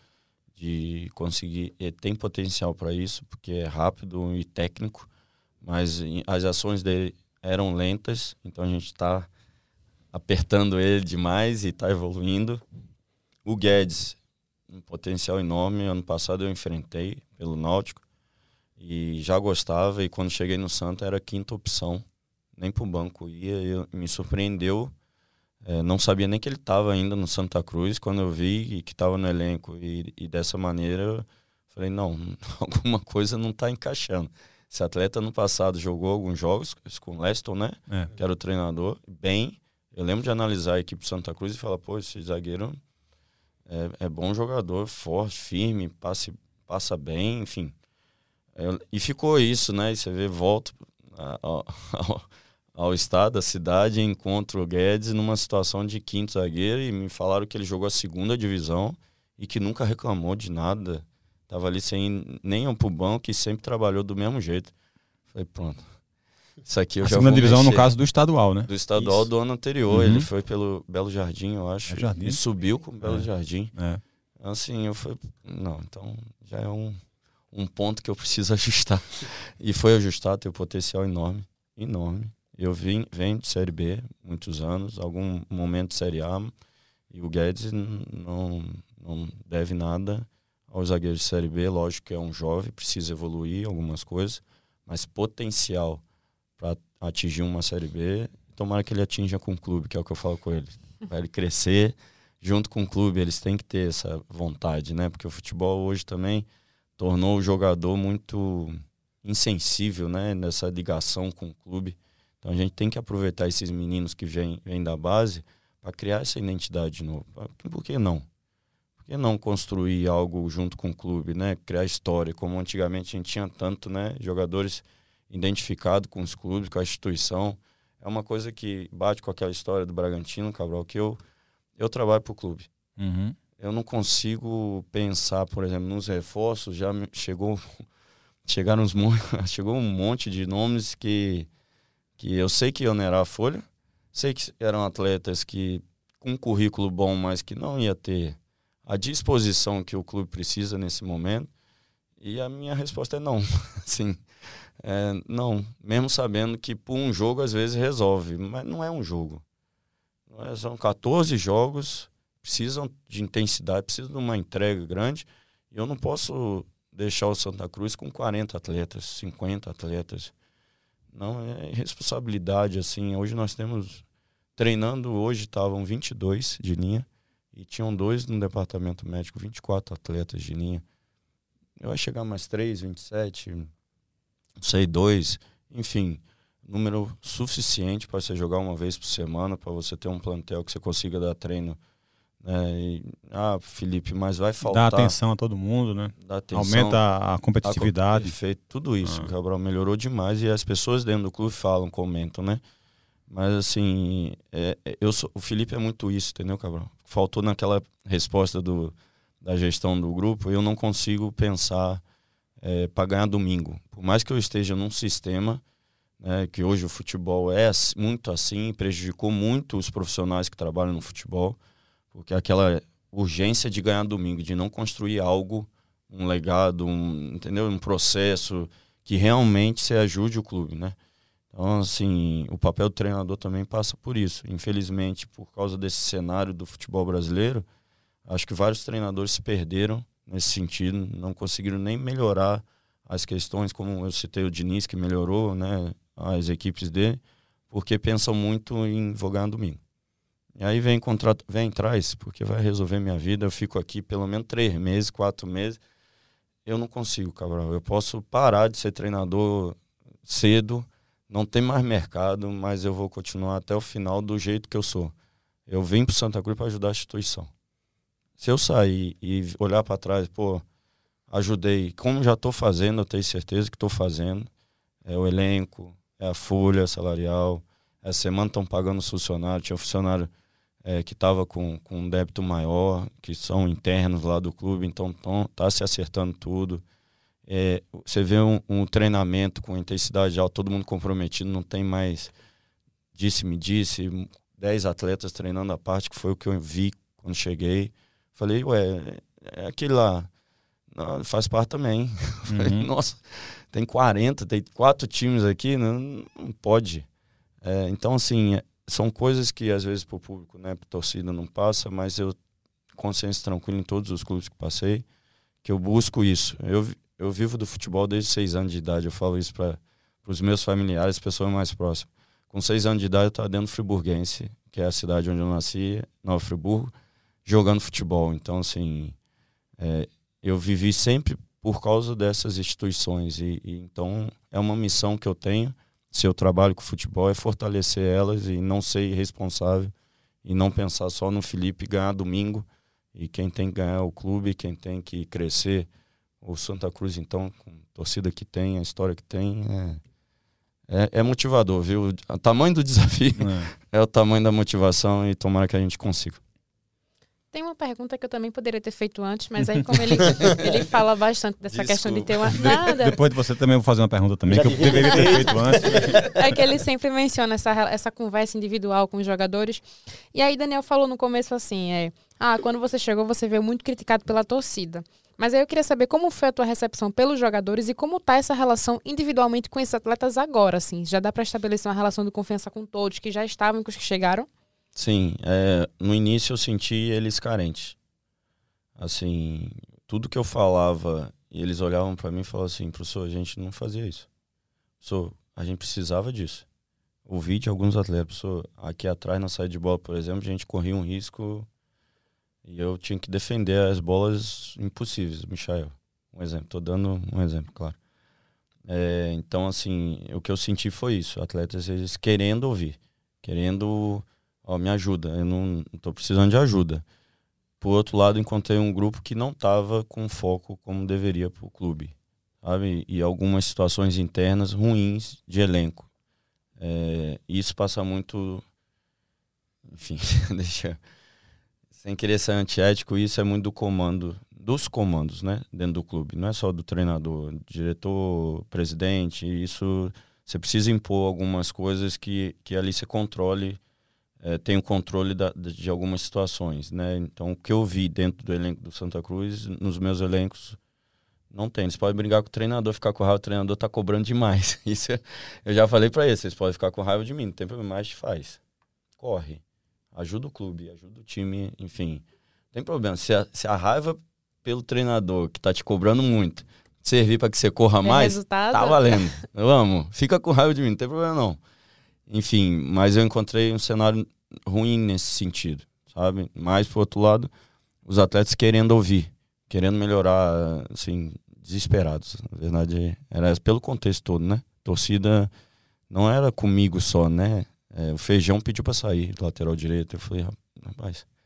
de conseguir... Ele tem potencial para isso, porque é rápido e técnico, mas as ações dele eram lentas, então a gente está apertando ele demais e está evoluindo. O Guedes, um potencial enorme. Ano passado eu enfrentei pelo Náutico e já gostava, e quando cheguei no Santa era a quinta opção. Nem para o banco ia, eu, me surpreendeu. É, não sabia nem que ele estava ainda no Santa Cruz. Quando eu vi que estava no elenco e, e dessa maneira, eu falei, não, alguma coisa não está encaixando. Esse atleta no passado jogou alguns jogos com o Leston, né? É. Que era o treinador, bem. Eu lembro de analisar a equipe do Santa Cruz e falar, pô, esse zagueiro é, é bom jogador, forte, firme, passe, passa bem, enfim. Eu, e ficou isso, né? E você vê, volta ao, ao, ao estado, à cidade, encontro o Guedes numa situação de quinto zagueiro e me falaram que ele jogou a segunda divisão e que nunca reclamou de nada. Tava ali sem nem um pro banco e sempre trabalhou do mesmo jeito. Falei, pronto. Isso aqui eu A já segunda vou divisão, mexer. no caso do estadual, né? Do estadual Isso. do ano anterior. Uhum. Ele foi pelo Belo Jardim, eu acho. É Jardim? E subiu com o Belo É. Jardim. É. Assim, eu falei, não, então já é um, um ponto que eu preciso ajustar. E foi ajustado, tem um potencial enorme, enorme. Eu vim, venho de Série B muitos anos, algum momento de Série A, e o Guedes não, não deve nada aos zagueiros de Série B. Lógico que é um jovem, precisa evoluir algumas coisas, mas potencial para atingir uma Série B, tomara que ele atinja com o clube, que é o que eu falo com ele. Para ele crescer junto com o clube, eles têm que ter essa vontade, né? Porque o futebol hoje também tornou o jogador muito insensível, né? Nessa ligação com o clube. Então a gente tem que aproveitar esses meninos que vêm, vêm da base para criar essa identidade de novo. Por que não? Por que não construir algo junto com o clube, né? Criar história, como antigamente a gente tinha tanto, né? Jogadores identificados com os clubes, com a instituição. É uma coisa que bate com aquela história do Bragantino, Cabral, que eu, eu trabalho para o clube. Uhum. Eu não consigo pensar, por exemplo, nos reforços. Já chegou, chegaram uns, chegou um monte de nomes que, que eu sei que ia onerar a folha. Sei que eram atletas que com um currículo bom, mas que não ia ter a disposição que o clube precisa nesse momento. E a minha resposta é não. Assim, é, não. Mesmo sabendo que por um jogo às vezes resolve, mas não é um jogo. Não é, são quatorze jogos, precisam de intensidade, precisam de uma entrega grande. E eu não posso deixar o Santa Cruz com quarenta atletas, cinquenta atletas. Não, é responsabilidade, assim. Hoje nós temos, treinando, hoje estavam vinte e dois de linha e tinham dois no departamento médico, vinte e quatro atletas de linha. Eu vai chegar mais três, vinte e sete, não sei, dois, enfim, número suficiente para você jogar uma vez por semana, para você ter um plantel que você consiga dar treino É, e, ah, Felipe, mas vai faltar... Dá atenção a todo mundo, né? Dá atenção, aumenta a competitividade. A, perfeito, tudo isso. Ah. O Cabral melhorou demais e as pessoas dentro do clube falam, comentam, né? Mas assim, é, eu sou, o Felipe é muito isso, entendeu, Cabral? Faltou naquela resposta do, da gestão do grupo, eu não consigo pensar é, para ganhar domingo. Por mais que eu esteja num sistema, né, que hoje o futebol é muito assim, prejudicou muito os profissionais que trabalham no futebol, porque aquela urgência de ganhar domingo, de não construir algo, um legado, um, entendeu? Um processo que realmente se ajude o clube, né? Então, assim, o papel do treinador também passa por isso. Infelizmente, por causa desse cenário do futebol brasileiro, acho que vários treinadores se perderam nesse sentido, não conseguiram nem melhorar as questões, como eu citei o Diniz, que melhorou, né, as equipes dele, porque pensam muito em vou ganhar domingo. E aí vem contrato, vem, traz, porque vai resolver minha vida, eu fico aqui pelo menos três meses, quatro meses. Eu não consigo, Cabral. Eu posso parar de ser treinador cedo, não tem mais mercado, mas eu vou continuar até o final do jeito que eu sou. Eu vim para o Santa Cruz para ajudar a instituição. Se eu sair e olhar para trás, pô, ajudei, como já estou fazendo, eu tenho certeza que estou fazendo, é o elenco, é a folha salarial, essa semana estão pagando os funcionários, tinha um funcionário é, que estava com, com um débito maior, que são internos lá do clube, então está se acertando tudo. É, você vê um, um treinamento com intensidade alta, todo mundo comprometido, não tem mais disse-me disse, dez atletas treinando a parte, que foi o que eu vi quando cheguei. Falei, ué, é aquele lá, não, faz parte também. Uhum. Falei, nossa, tem quarenta, tem quatro times aqui, não, não pode. É, então, assim, são coisas que às vezes para o público, né, para a torcida não passa, mas eu, consciência tranquila em todos os clubes que passei, que eu busco isso. Eu Eu vivo do futebol desde seis anos de idade. Eu falo isso para os meus familiares, pessoas mais próximas. Com seis anos de idade, eu estava dentro do Friburguense, que é a cidade onde eu nasci, Nova Friburgo, jogando futebol. Então, assim, é, eu vivi sempre por causa dessas instituições. E, e então, é uma missão que eu tenho, se eu trabalho com futebol, é fortalecer elas e não ser irresponsável e não pensar só no Felipe ganhar domingo. E quem tem que ganhar é o clube, quem tem que crescer. O Santa Cruz, então, com a torcida que tem, a história que tem, é, é, é motivador, viu? O tamanho do desafio é. é o tamanho da motivação e tomara que a gente consiga. Tem uma pergunta que eu também poderia ter feito antes, mas aí como ele, ele fala bastante dessa Desculpa. questão de ter uma... Nada. De, depois de você também vou fazer uma pergunta também, que eu deveria ter feito antes. É que ele sempre menciona essa, essa conversa individual com os jogadores. E aí Daniel falou no começo assim, é, ah, quando você chegou você veio muito criticado pela torcida. Mas aí eu queria saber como foi a tua recepção pelos jogadores e como tá essa relação individualmente com esses atletas agora, assim. Já dá para estabelecer uma relação de confiança com todos que já estavam e com os que chegaram? Sim, é, no início eu senti eles carentes. Assim, tudo que eu falava, e eles olhavam para mim e falavam assim, professor, a gente não fazia isso. Professor, a gente precisava disso. Ouvi de alguns atletas, professor, aqui atrás na saída de bola, por exemplo, a gente corria um risco... E eu tinha que defender as bolas impossíveis, Michael. Um exemplo, estou dando um exemplo, claro. É, então, assim, o que eu senti foi isso. Atletas, eles querendo ouvir, querendo, ó, me ajuda, eu não estou precisando de ajuda. Por outro lado, encontrei um grupo que não estava com foco como deveria para o clube, sabe? E algumas situações internas ruins de elenco. É, isso passa muito... Enfim, deixa... Sem querer ser antiético, isso é muito do comando, dos comandos, né, dentro do clube. Não é só do treinador, diretor, presidente. Isso, você precisa impor algumas coisas que, que ali você controle, é, tem o controle da, de algumas situações, né. Então, o que eu vi dentro do elenco do Santa Cruz, nos meus elencos, não tem. Eles podem brigar com o treinador, ficar com raiva, o treinador tá cobrando demais. Isso eu já falei para eles, vocês podem ficar com raiva de mim, não tem problema, mas faz. Corre. Ajuda o clube, ajuda o time, enfim. Não tem problema. Se a, se a raiva pelo treinador, que tá te cobrando muito, servir para que você corra Tem mais, resultado. Tá valendo. Eu amo. Fica com raiva de mim, não tem problema não. Enfim, mas eu encontrei um cenário ruim nesse sentido, sabe? Mas, por outro lado, os atletas querendo ouvir, querendo melhorar, assim, desesperados. Na verdade, era pelo contexto todo, né? A torcida não era comigo só, né? É, o Feijão pediu para sair do lateral direito. Eu falei, rapaz,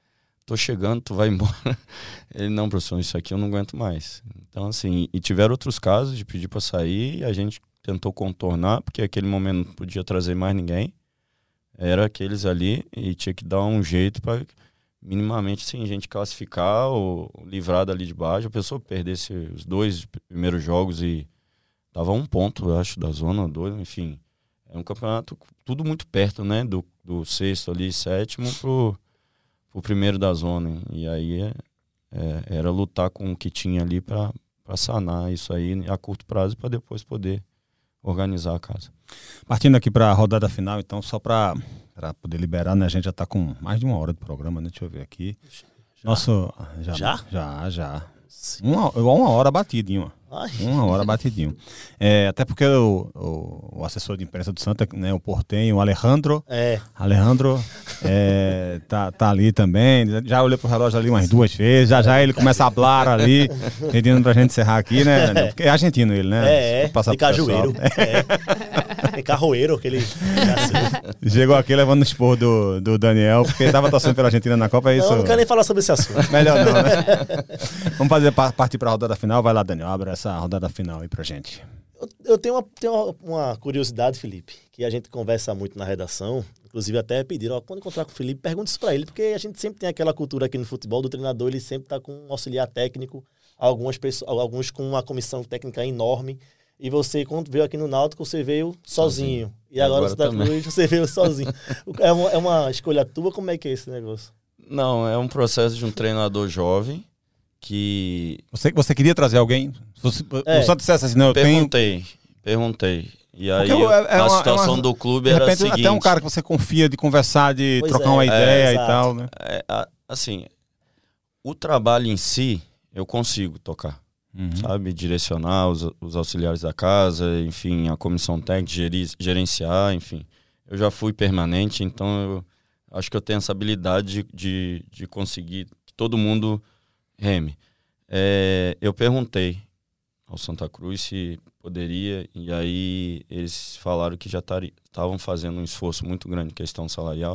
tô chegando, tu vai embora. Ele, não, professor, isso aqui eu não aguento mais. Então, assim, e tiveram outros casos de pedir para sair, e a gente tentou contornar, porque naquele momento não podia trazer mais ninguém. Era aqueles ali, e tinha que dar um jeito para minimamente, sim, a gente classificar ou livrar dali de baixo. A pessoa perdesse os dois primeiros jogos e dava um ponto, eu acho, da zona, dois, enfim. É um campeonato tudo muito perto, né? Do, do sexto ali, sétimo pro, pro primeiro da zona. E aí é, é, era lutar com o que tinha ali para sanar isso aí a curto prazo para depois poder organizar a casa. Partindo aqui para a rodada final, então, só para poder liberar, né? A gente já está com mais de uma hora de programa, né? Deixa eu ver aqui. Já? Nosso, já? Já, já. já. Uma, uma hora batidinho. Ai. Uma hora batidinho. É, até porque o, o, o assessor de imprensa do Santa, né, o Portenho, o Alejandro, é. Alejandro é, tá, tá ali também. Já olhei pro relógio ali umas duas vezes. Já já ele começa a hablar ali, pedindo pra gente encerrar aqui, né? Porque é argentino ele, né? É, é. De cajueiro. É. É carroeiro, aquele. Chegou aqui levando o expor do, do Daniel, porque ele tava torcendo pela Argentina na Copa, é isso? Não, não quero nem falar sobre esse assunto. Melhor não, né? Vamos fazer partir pra rodada final. Vai lá, Daniel, abre essa rodada final aí pra gente. Eu, eu tenho, uma, tenho uma curiosidade, Felipe, que a gente conversa muito na redação. Inclusive até pediram, ó, quando encontrar com o Felipe, pergunte isso pra ele, porque a gente sempre tem aquela cultura aqui no futebol do treinador, ele sempre tá com um auxiliar técnico, algumas pessoas, alguns com uma comissão técnica enorme. E você, quando veio aqui no Náutico, você veio sozinho. sozinho. E agora, agora no Santa Cruz, você veio sozinho. É uma, é uma escolha tua? Como é que é esse negócio? Não, é um processo de um treinador jovem que... Você, você queria trazer alguém? Se é. O Santa dissesse assim, não, eu perguntei, tenho... Perguntei, E aí eu, é, é a uma, situação é uma, do clube era repente, a seguinte... Até um cara que você confia de conversar, de pois trocar é, uma ideia é, e tal, né? É, assim, o trabalho em si, eu consigo tocar. Uhum. Sabe, direcionar os, os auxiliares da casa, enfim, a comissão técnica, gerir, gerenciar, enfim. Eu já fui permanente, então eu acho que eu tenho essa habilidade de, de, de conseguir que todo mundo reme. É, eu perguntei ao Santa Cruz se poderia, e aí eles falaram que já estavam fazendo um esforço muito grande em questão salarial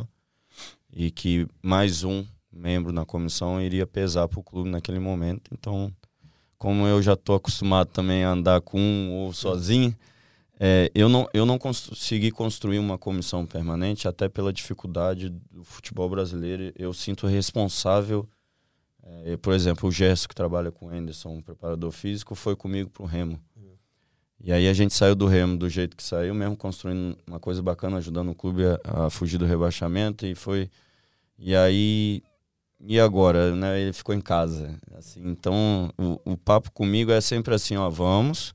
e que mais um membro na comissão iria pesar para o clube naquele momento, então... Como eu já estou acostumado também a andar com um ou sozinho, é, eu, não, eu não consegui construir uma comissão permanente, até pela dificuldade do futebol brasileiro. Eu sinto responsável, é, por exemplo, o Gerson, que trabalha com o Anderson, um preparador físico, foi comigo para o Remo. Uhum. E aí a gente saiu do Remo do jeito que saiu, mesmo construindo uma coisa bacana, ajudando o clube a, a fugir do rebaixamento. E foi... E aí... E agora, né? Ele ficou em casa. Assim, então, o, o papo comigo é sempre assim, ó, vamos,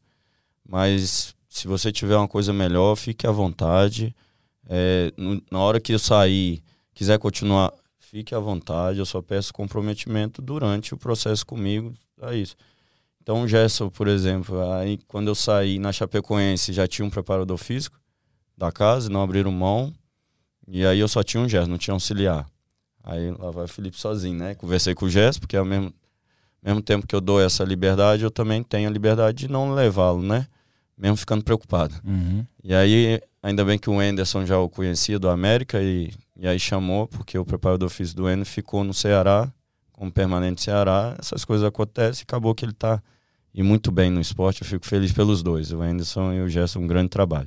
mas se você tiver uma coisa melhor, fique à vontade. É, no, na hora que eu sair, quiser continuar, fique à vontade. Eu só peço comprometimento durante o processo comigo, é isso. Então, o Gerson, por exemplo, aí quando eu saí na Chapecoense, já tinha um preparador físico da casa, não abriram mão, e aí eu só tinha um Gerson, não tinha auxiliar. Aí lá vai o Felipe sozinho, né? Conversei com o Gerson, porque ao mesmo, mesmo tempo que eu dou essa liberdade, eu também tenho a liberdade de não levá-lo, né? Mesmo ficando preocupado. Uhum. E aí, ainda bem que o Anderson já o conhecia do América, e, e aí chamou, porque o preparador físico do Anderson ficou no Ceará, como permanente Ceará. Essas coisas acontecem e acabou que ele tá e muito bem no esporte. Eu fico feliz pelos dois, o Anderson e o Gerson, um grande trabalho.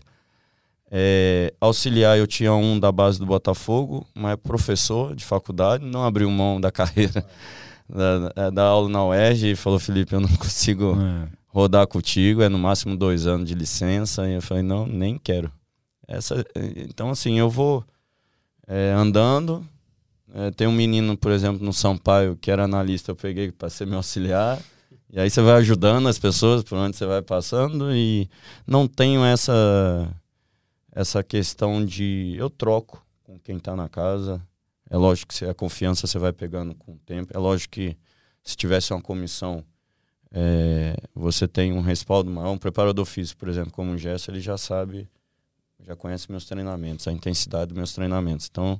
É, auxiliar, eu tinha um da base do Botafogo, mas professor de faculdade, não abriu mão da carreira da, da aula na U E R J e falou: Felipe, eu não consigo é. rodar contigo, é no máximo dois anos de licença. E eu falei: não, nem quero. Essa, então assim, eu vou é, andando. É, tem um menino, por exemplo, no Sampaio, que era analista, eu peguei para ser meu auxiliar. E aí você vai ajudando as pessoas por onde você vai passando, e não tenho essa... essa questão de eu troco com quem está na casa. É lógico que a confiança você vai pegando com o tempo. É lógico que se tivesse uma comissão, é, você tem um respaldo maior. Um preparador físico, por exemplo, como o Gerson, ele já sabe, já conhece meus treinamentos, a intensidade dos meus treinamentos. Então,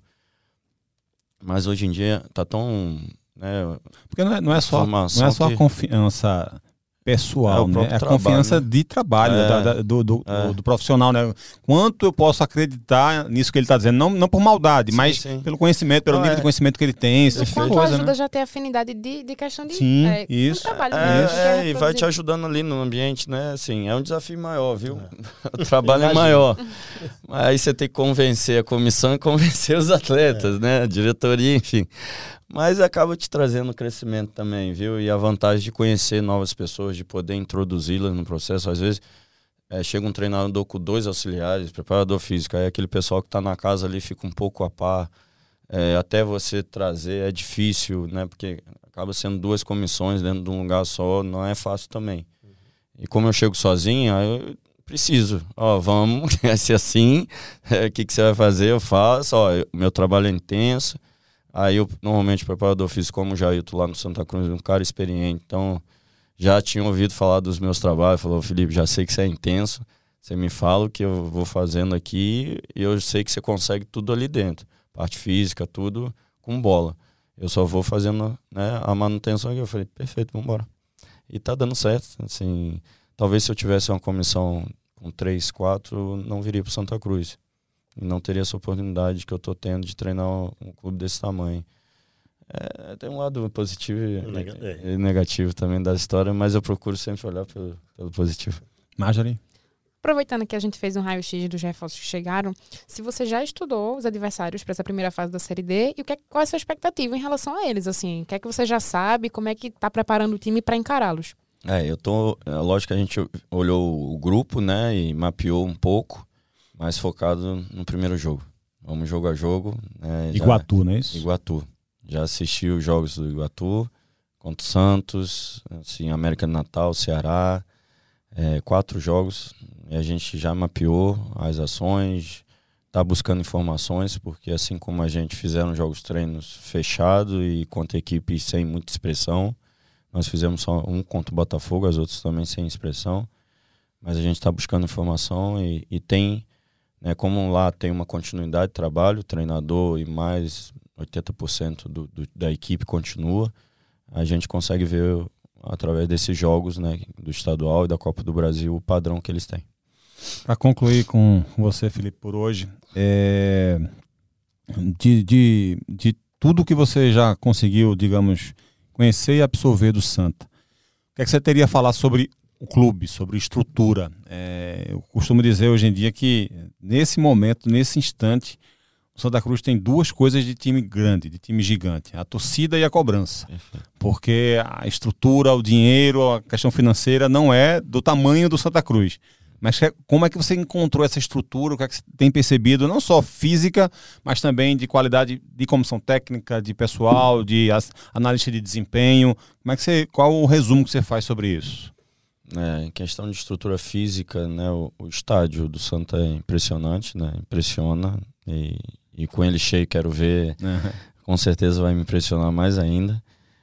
mas hoje em dia está tão... Né, porque não é, não é só, não é só que... a confiança pessoal, é, né? É a trabalho, confiança né? de trabalho é, da, da, do, do, é. do, do profissional, né? Quanto eu posso acreditar nisso que ele está dizendo, não, não por maldade, sim, mas sim. pelo conhecimento, pelo não, nível é. de conhecimento que ele tem, Isso esse tipo de quanto coisa, ajuda né? já ter afinidade de, de questão de Sim, é, isso. um trabalho É, mesmo, que é, é e vai te reproduzir. ajudando ali no ambiente, né? Assim, é um desafio maior, viu? É. O trabalho é Imagino. maior. Mas aí você tem que convencer a comissão e convencer os atletas, é. né? A diretoria, enfim. Mas acaba te trazendo crescimento também, viu? E a vantagem de conhecer novas pessoas, de poder introduzi-las no processo. Às vezes, é, chega um treinador com dois auxiliares, preparador físico, aí aquele pessoal que está na casa ali fica um pouco a par. É, até você trazer é difícil, né? Porque acaba sendo duas comissões dentro de um lugar só, não é fácil também. Uhum. E como eu chego sozinho, aí eu preciso. Ó, vamos, vai ser assim, o é, que, que você vai fazer? Eu faço, ó, o meu trabalho é intenso. Aí eu, normalmente, o preparador físico, como o Jailton lá no Santa Cruz, um cara experiente, então já tinha ouvido falar dos meus trabalhos, falou, Felipe, já sei que você é intenso, você me fala o que eu vou fazendo aqui e eu sei que você consegue tudo ali dentro, parte física, tudo com bola. Eu só vou fazendo, né, a manutenção aqui. Eu falei, perfeito, vamos embora. E tá dando certo, assim, talvez se eu tivesse uma comissão com três, quatro, não viria para Santa Cruz. E não teria essa oportunidade que eu estou tendo de treinar um, um clube desse tamanho. É, tem um lado positivo e, Neg é. e negativo também da história, mas eu procuro sempre olhar pelo, pelo positivo. Marjorie? Aproveitando que a gente fez um raio-x dos reforços que chegaram, se você já estudou os adversários para essa primeira fase da Série D, e o que é, qual é a sua expectativa em relação a eles? Assim, o que é que você já sabe, como é que está preparando o time para encará-los? É, eu tô. É, lógico que a gente olhou o grupo, né, e mapeou um pouco, mais focado no primeiro jogo. Vamos jogo a jogo. Né, Iguatu, já, não é isso? Iguatu. Já assisti os jogos do Iguatu, contra o Santos, assim, América do Natal, Ceará. É, quatro jogos. E a gente já mapeou as ações, está buscando informações, porque assim como a gente fizeram jogos treinos fechados e contra equipes sem muita expressão, nós fizemos só um contra o Botafogo, as outras também sem expressão. Mas a gente está buscando informação e, e tem... Né, como lá tem uma continuidade de trabalho, o treinador e mais oitenta por cento do, do, da equipe continua, a gente consegue ver através desses jogos, né, do estadual e da Copa do Brasil o padrão que eles têm. Para concluir com você, Felipe, por hoje, é, de, de, de tudo que você já conseguiu, digamos, conhecer e absorver do Santa, o que é que você teria a falar sobre o clube, sobre estrutura? É, eu costumo dizer hoje em dia que nesse momento, nesse instante, o Santa Cruz tem duas coisas de time grande, de time gigante: a torcida e a cobrança. Porque a estrutura, o dinheiro, a questão financeira não é do tamanho do Santa Cruz. Mas como é que você encontrou essa estrutura? O que é que você tem percebido, não só física, mas também de qualidade de comissão técnica, de pessoal, de analista de desempenho? Como é que você, qual o resumo que você faz sobre isso? É, em questão de estrutura física, né, o, o estádio do Santa é impressionante, né, impressiona, e, e com ele cheio quero ver, uhum. Com certeza vai me impressionar mais ainda.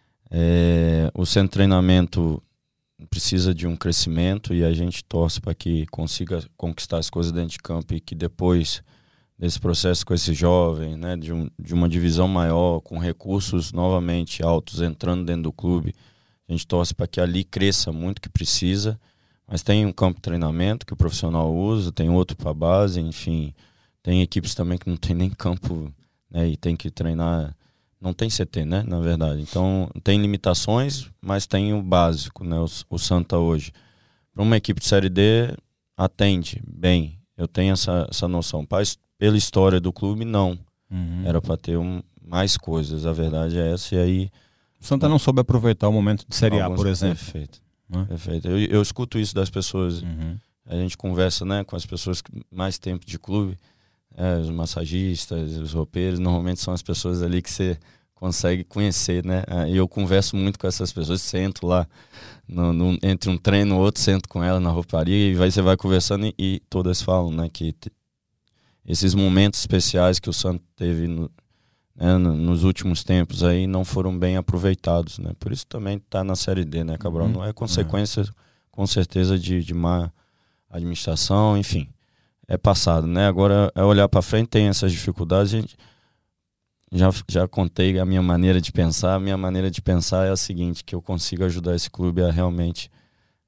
É, o centro de treinamento precisa de um crescimento e a gente torce para que consiga conquistar as coisas dentro de campo e que depois desse processo com esse jovem, né, de, um, de uma divisão maior, com recursos novamente altos entrando dentro do clube, a gente torce para que ali cresça muito, que precisa, mas tem um campo de treinamento que o profissional usa, tem outro para base, enfim, tem equipes também que não tem nem campo, né, e tem que treinar, não tem C T, né, na verdade. Então tem limitações, mas tem o básico, né, o, o Santa hoje. Para uma equipe de Série D, atende bem, eu tenho essa, essa noção. Mas pela história do clube, não. Uhum. Era para ter um, mais coisas, a verdade é essa, e aí... O Santa não soube aproveitar o momento de Série A, por exemplo. Perfeito. Hã? Perfeito. Eu, eu escuto isso das pessoas. Uhum. A gente conversa, né, com as pessoas que mais tempo de clube, é, os massagistas, os roupeiros, normalmente são as pessoas ali que você consegue conhecer, né? E eu converso muito com essas pessoas, sento lá no, no, entre um treino e outro, sento com ela na rouparia e vai, você vai conversando e, e todas falam, né, que te, esses momentos especiais que o Santa teve no, né, nos últimos tempos aí não foram bem aproveitados, né? Por isso também está na Série D, né, Cabral? Não é consequência, com certeza, de, de má administração, enfim, é passado, né? Agora é olhar para frente, tem essas dificuldades, a gente já, já contei a minha maneira de pensar, a minha maneira de pensar é a seguinte, que eu consigo ajudar esse clube a realmente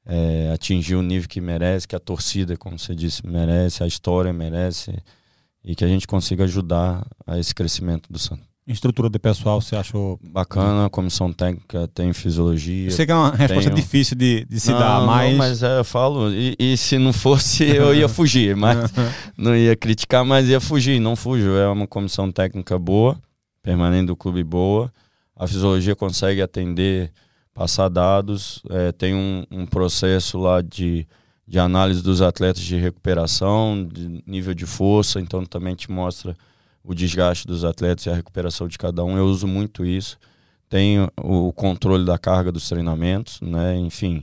é, atingir o nível que merece, que a torcida, como você disse, merece, a história merece, e que a gente consiga ajudar a esse crescimento do Santa. Estrutura de pessoal, você achou bacana? Comissão técnica, tem fisiologia. Eu sei que é uma resposta tenho... difícil de, de se não, dar, mas... Não, mas é, eu falo, e, e se não fosse, eu ia fugir, mas não ia criticar, mas ia fugir, não fujo. É uma comissão técnica boa, permanente do clube boa, a fisiologia consegue atender, passar dados, é, tem um, um processo lá de, de análise dos atletas de recuperação, de nível de força, então também te mostra o desgaste dos atletas e a recuperação de cada um. Eu uso muito isso. Tem o controle da carga dos treinamentos, né? Enfim,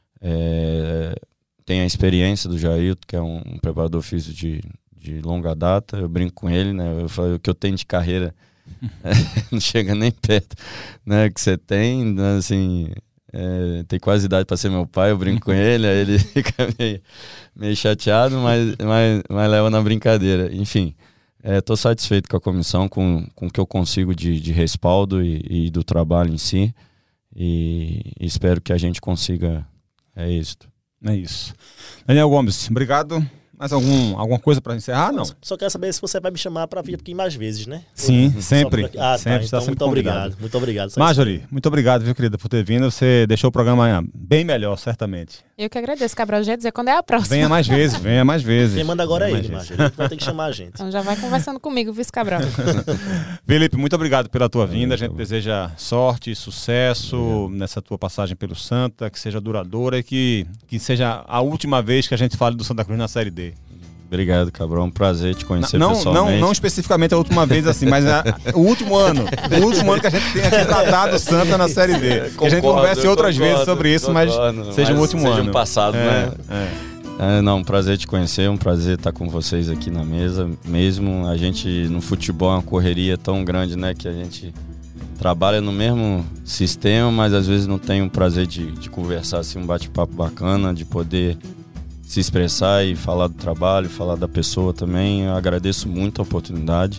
é, tem a experiência do Jailton, que é um, um preparador físico de, de longa data. Eu brinco com ele, né? Eu falo, o que eu tenho de carreira não chega nem perto, né? Que você tem, né? Assim, é, tem quase idade para ser meu pai. Eu brinco com ele, aí ele fica meio, meio chateado, mas, mas, mas leva na brincadeira. Enfim. Estou é, satisfeito com a comissão, com, com o que eu consigo de, de respaldo e, e do trabalho em si. E, e espero que a gente consiga é êxito. É isso. Daniel Gomes, obrigado. Mais algum, alguma coisa para encerrar? Não. Só, só quero saber se você vai me chamar para vir aqui mais vezes, né? Sim, Ou, sempre. Ah, sempre, tá. está Então, sempre muito convidado. obrigado. Muito obrigado. Marjorie, muito obrigado, viu, querida, por ter vindo. Você deixou o programa bem melhor, certamente. Eu que agradeço, Cabral. Já ia dizer quando é a próxima. Venha mais vezes, venha mais vezes. Quem manda agora venha é ele, Marjorie. Vai ter que chamar a gente. Então já vai conversando comigo, vice Cabral. Felipe, muito obrigado pela tua vinda. A gente deseja sorte, sucesso nessa tua passagem pelo Santa, que seja duradoura e que, que seja a última vez que a gente fale do Santa Cruz na Série D. Obrigado, Cabral. Um prazer te conhecer não, pessoalmente. Não, não especificamente a última vez assim, mas a, o último ano. O último ano que a gente tem aqui tratado o Santa na Série D. Concordo, que a gente converse outras concordo, vezes sobre isso, concordo, mas seja mas o último seja ano. Seja um passado, é, né? É. É, não, um prazer te conhecer, um prazer estar com vocês aqui na mesa mesmo. A gente, no futebol, é uma correria tão grande, né? Que a gente trabalha no mesmo sistema, mas às vezes não tem o prazer de, de conversar assim, um bate-papo bacana, de poder se expressar e falar do trabalho, falar da pessoa também. Eu agradeço muito a oportunidade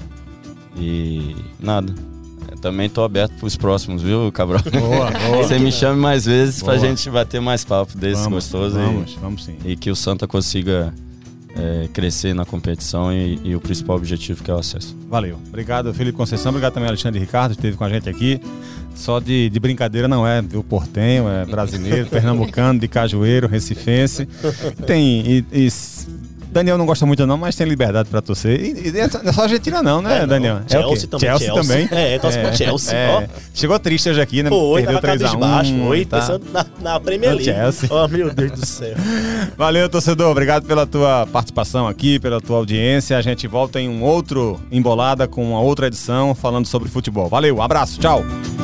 e nada, eu também estou aberto para os próximos, viu, Cabral? Boa, boa. Você me chame mais vezes para a gente bater mais papo desse vamos, gostoso vamos, e, vamos sim. E que o Santa consiga é, crescer na competição e, e o principal objetivo que é o acesso. Valeu. Obrigado, Felipe Conceição. Obrigado também, Alexandre Ricardo, que esteve com a gente aqui. Só de, de brincadeira não é, viu? Portenho, é brasileiro, pernambucano, de Cajueiro, recifense. Tem. E, e Daniel não gosta muito, não, mas tem liberdade pra torcer. E, e não é só Argentina, não, né, é, não. Daniel? Chelsea é também. Chelsea, Chelsea também. É, torce pra Chelsea. É. Ó. Chegou triste hoje aqui, né? Foi, perdeu três a um. Baixo, foi, tá. pensando na, na Premier League. Chelsea. Oh, meu Deus do céu. Valeu, torcedor. Obrigado pela tua participação aqui, pela tua audiência. A gente volta em um outro Embolada com uma outra edição falando sobre futebol. Valeu, abraço, tchau.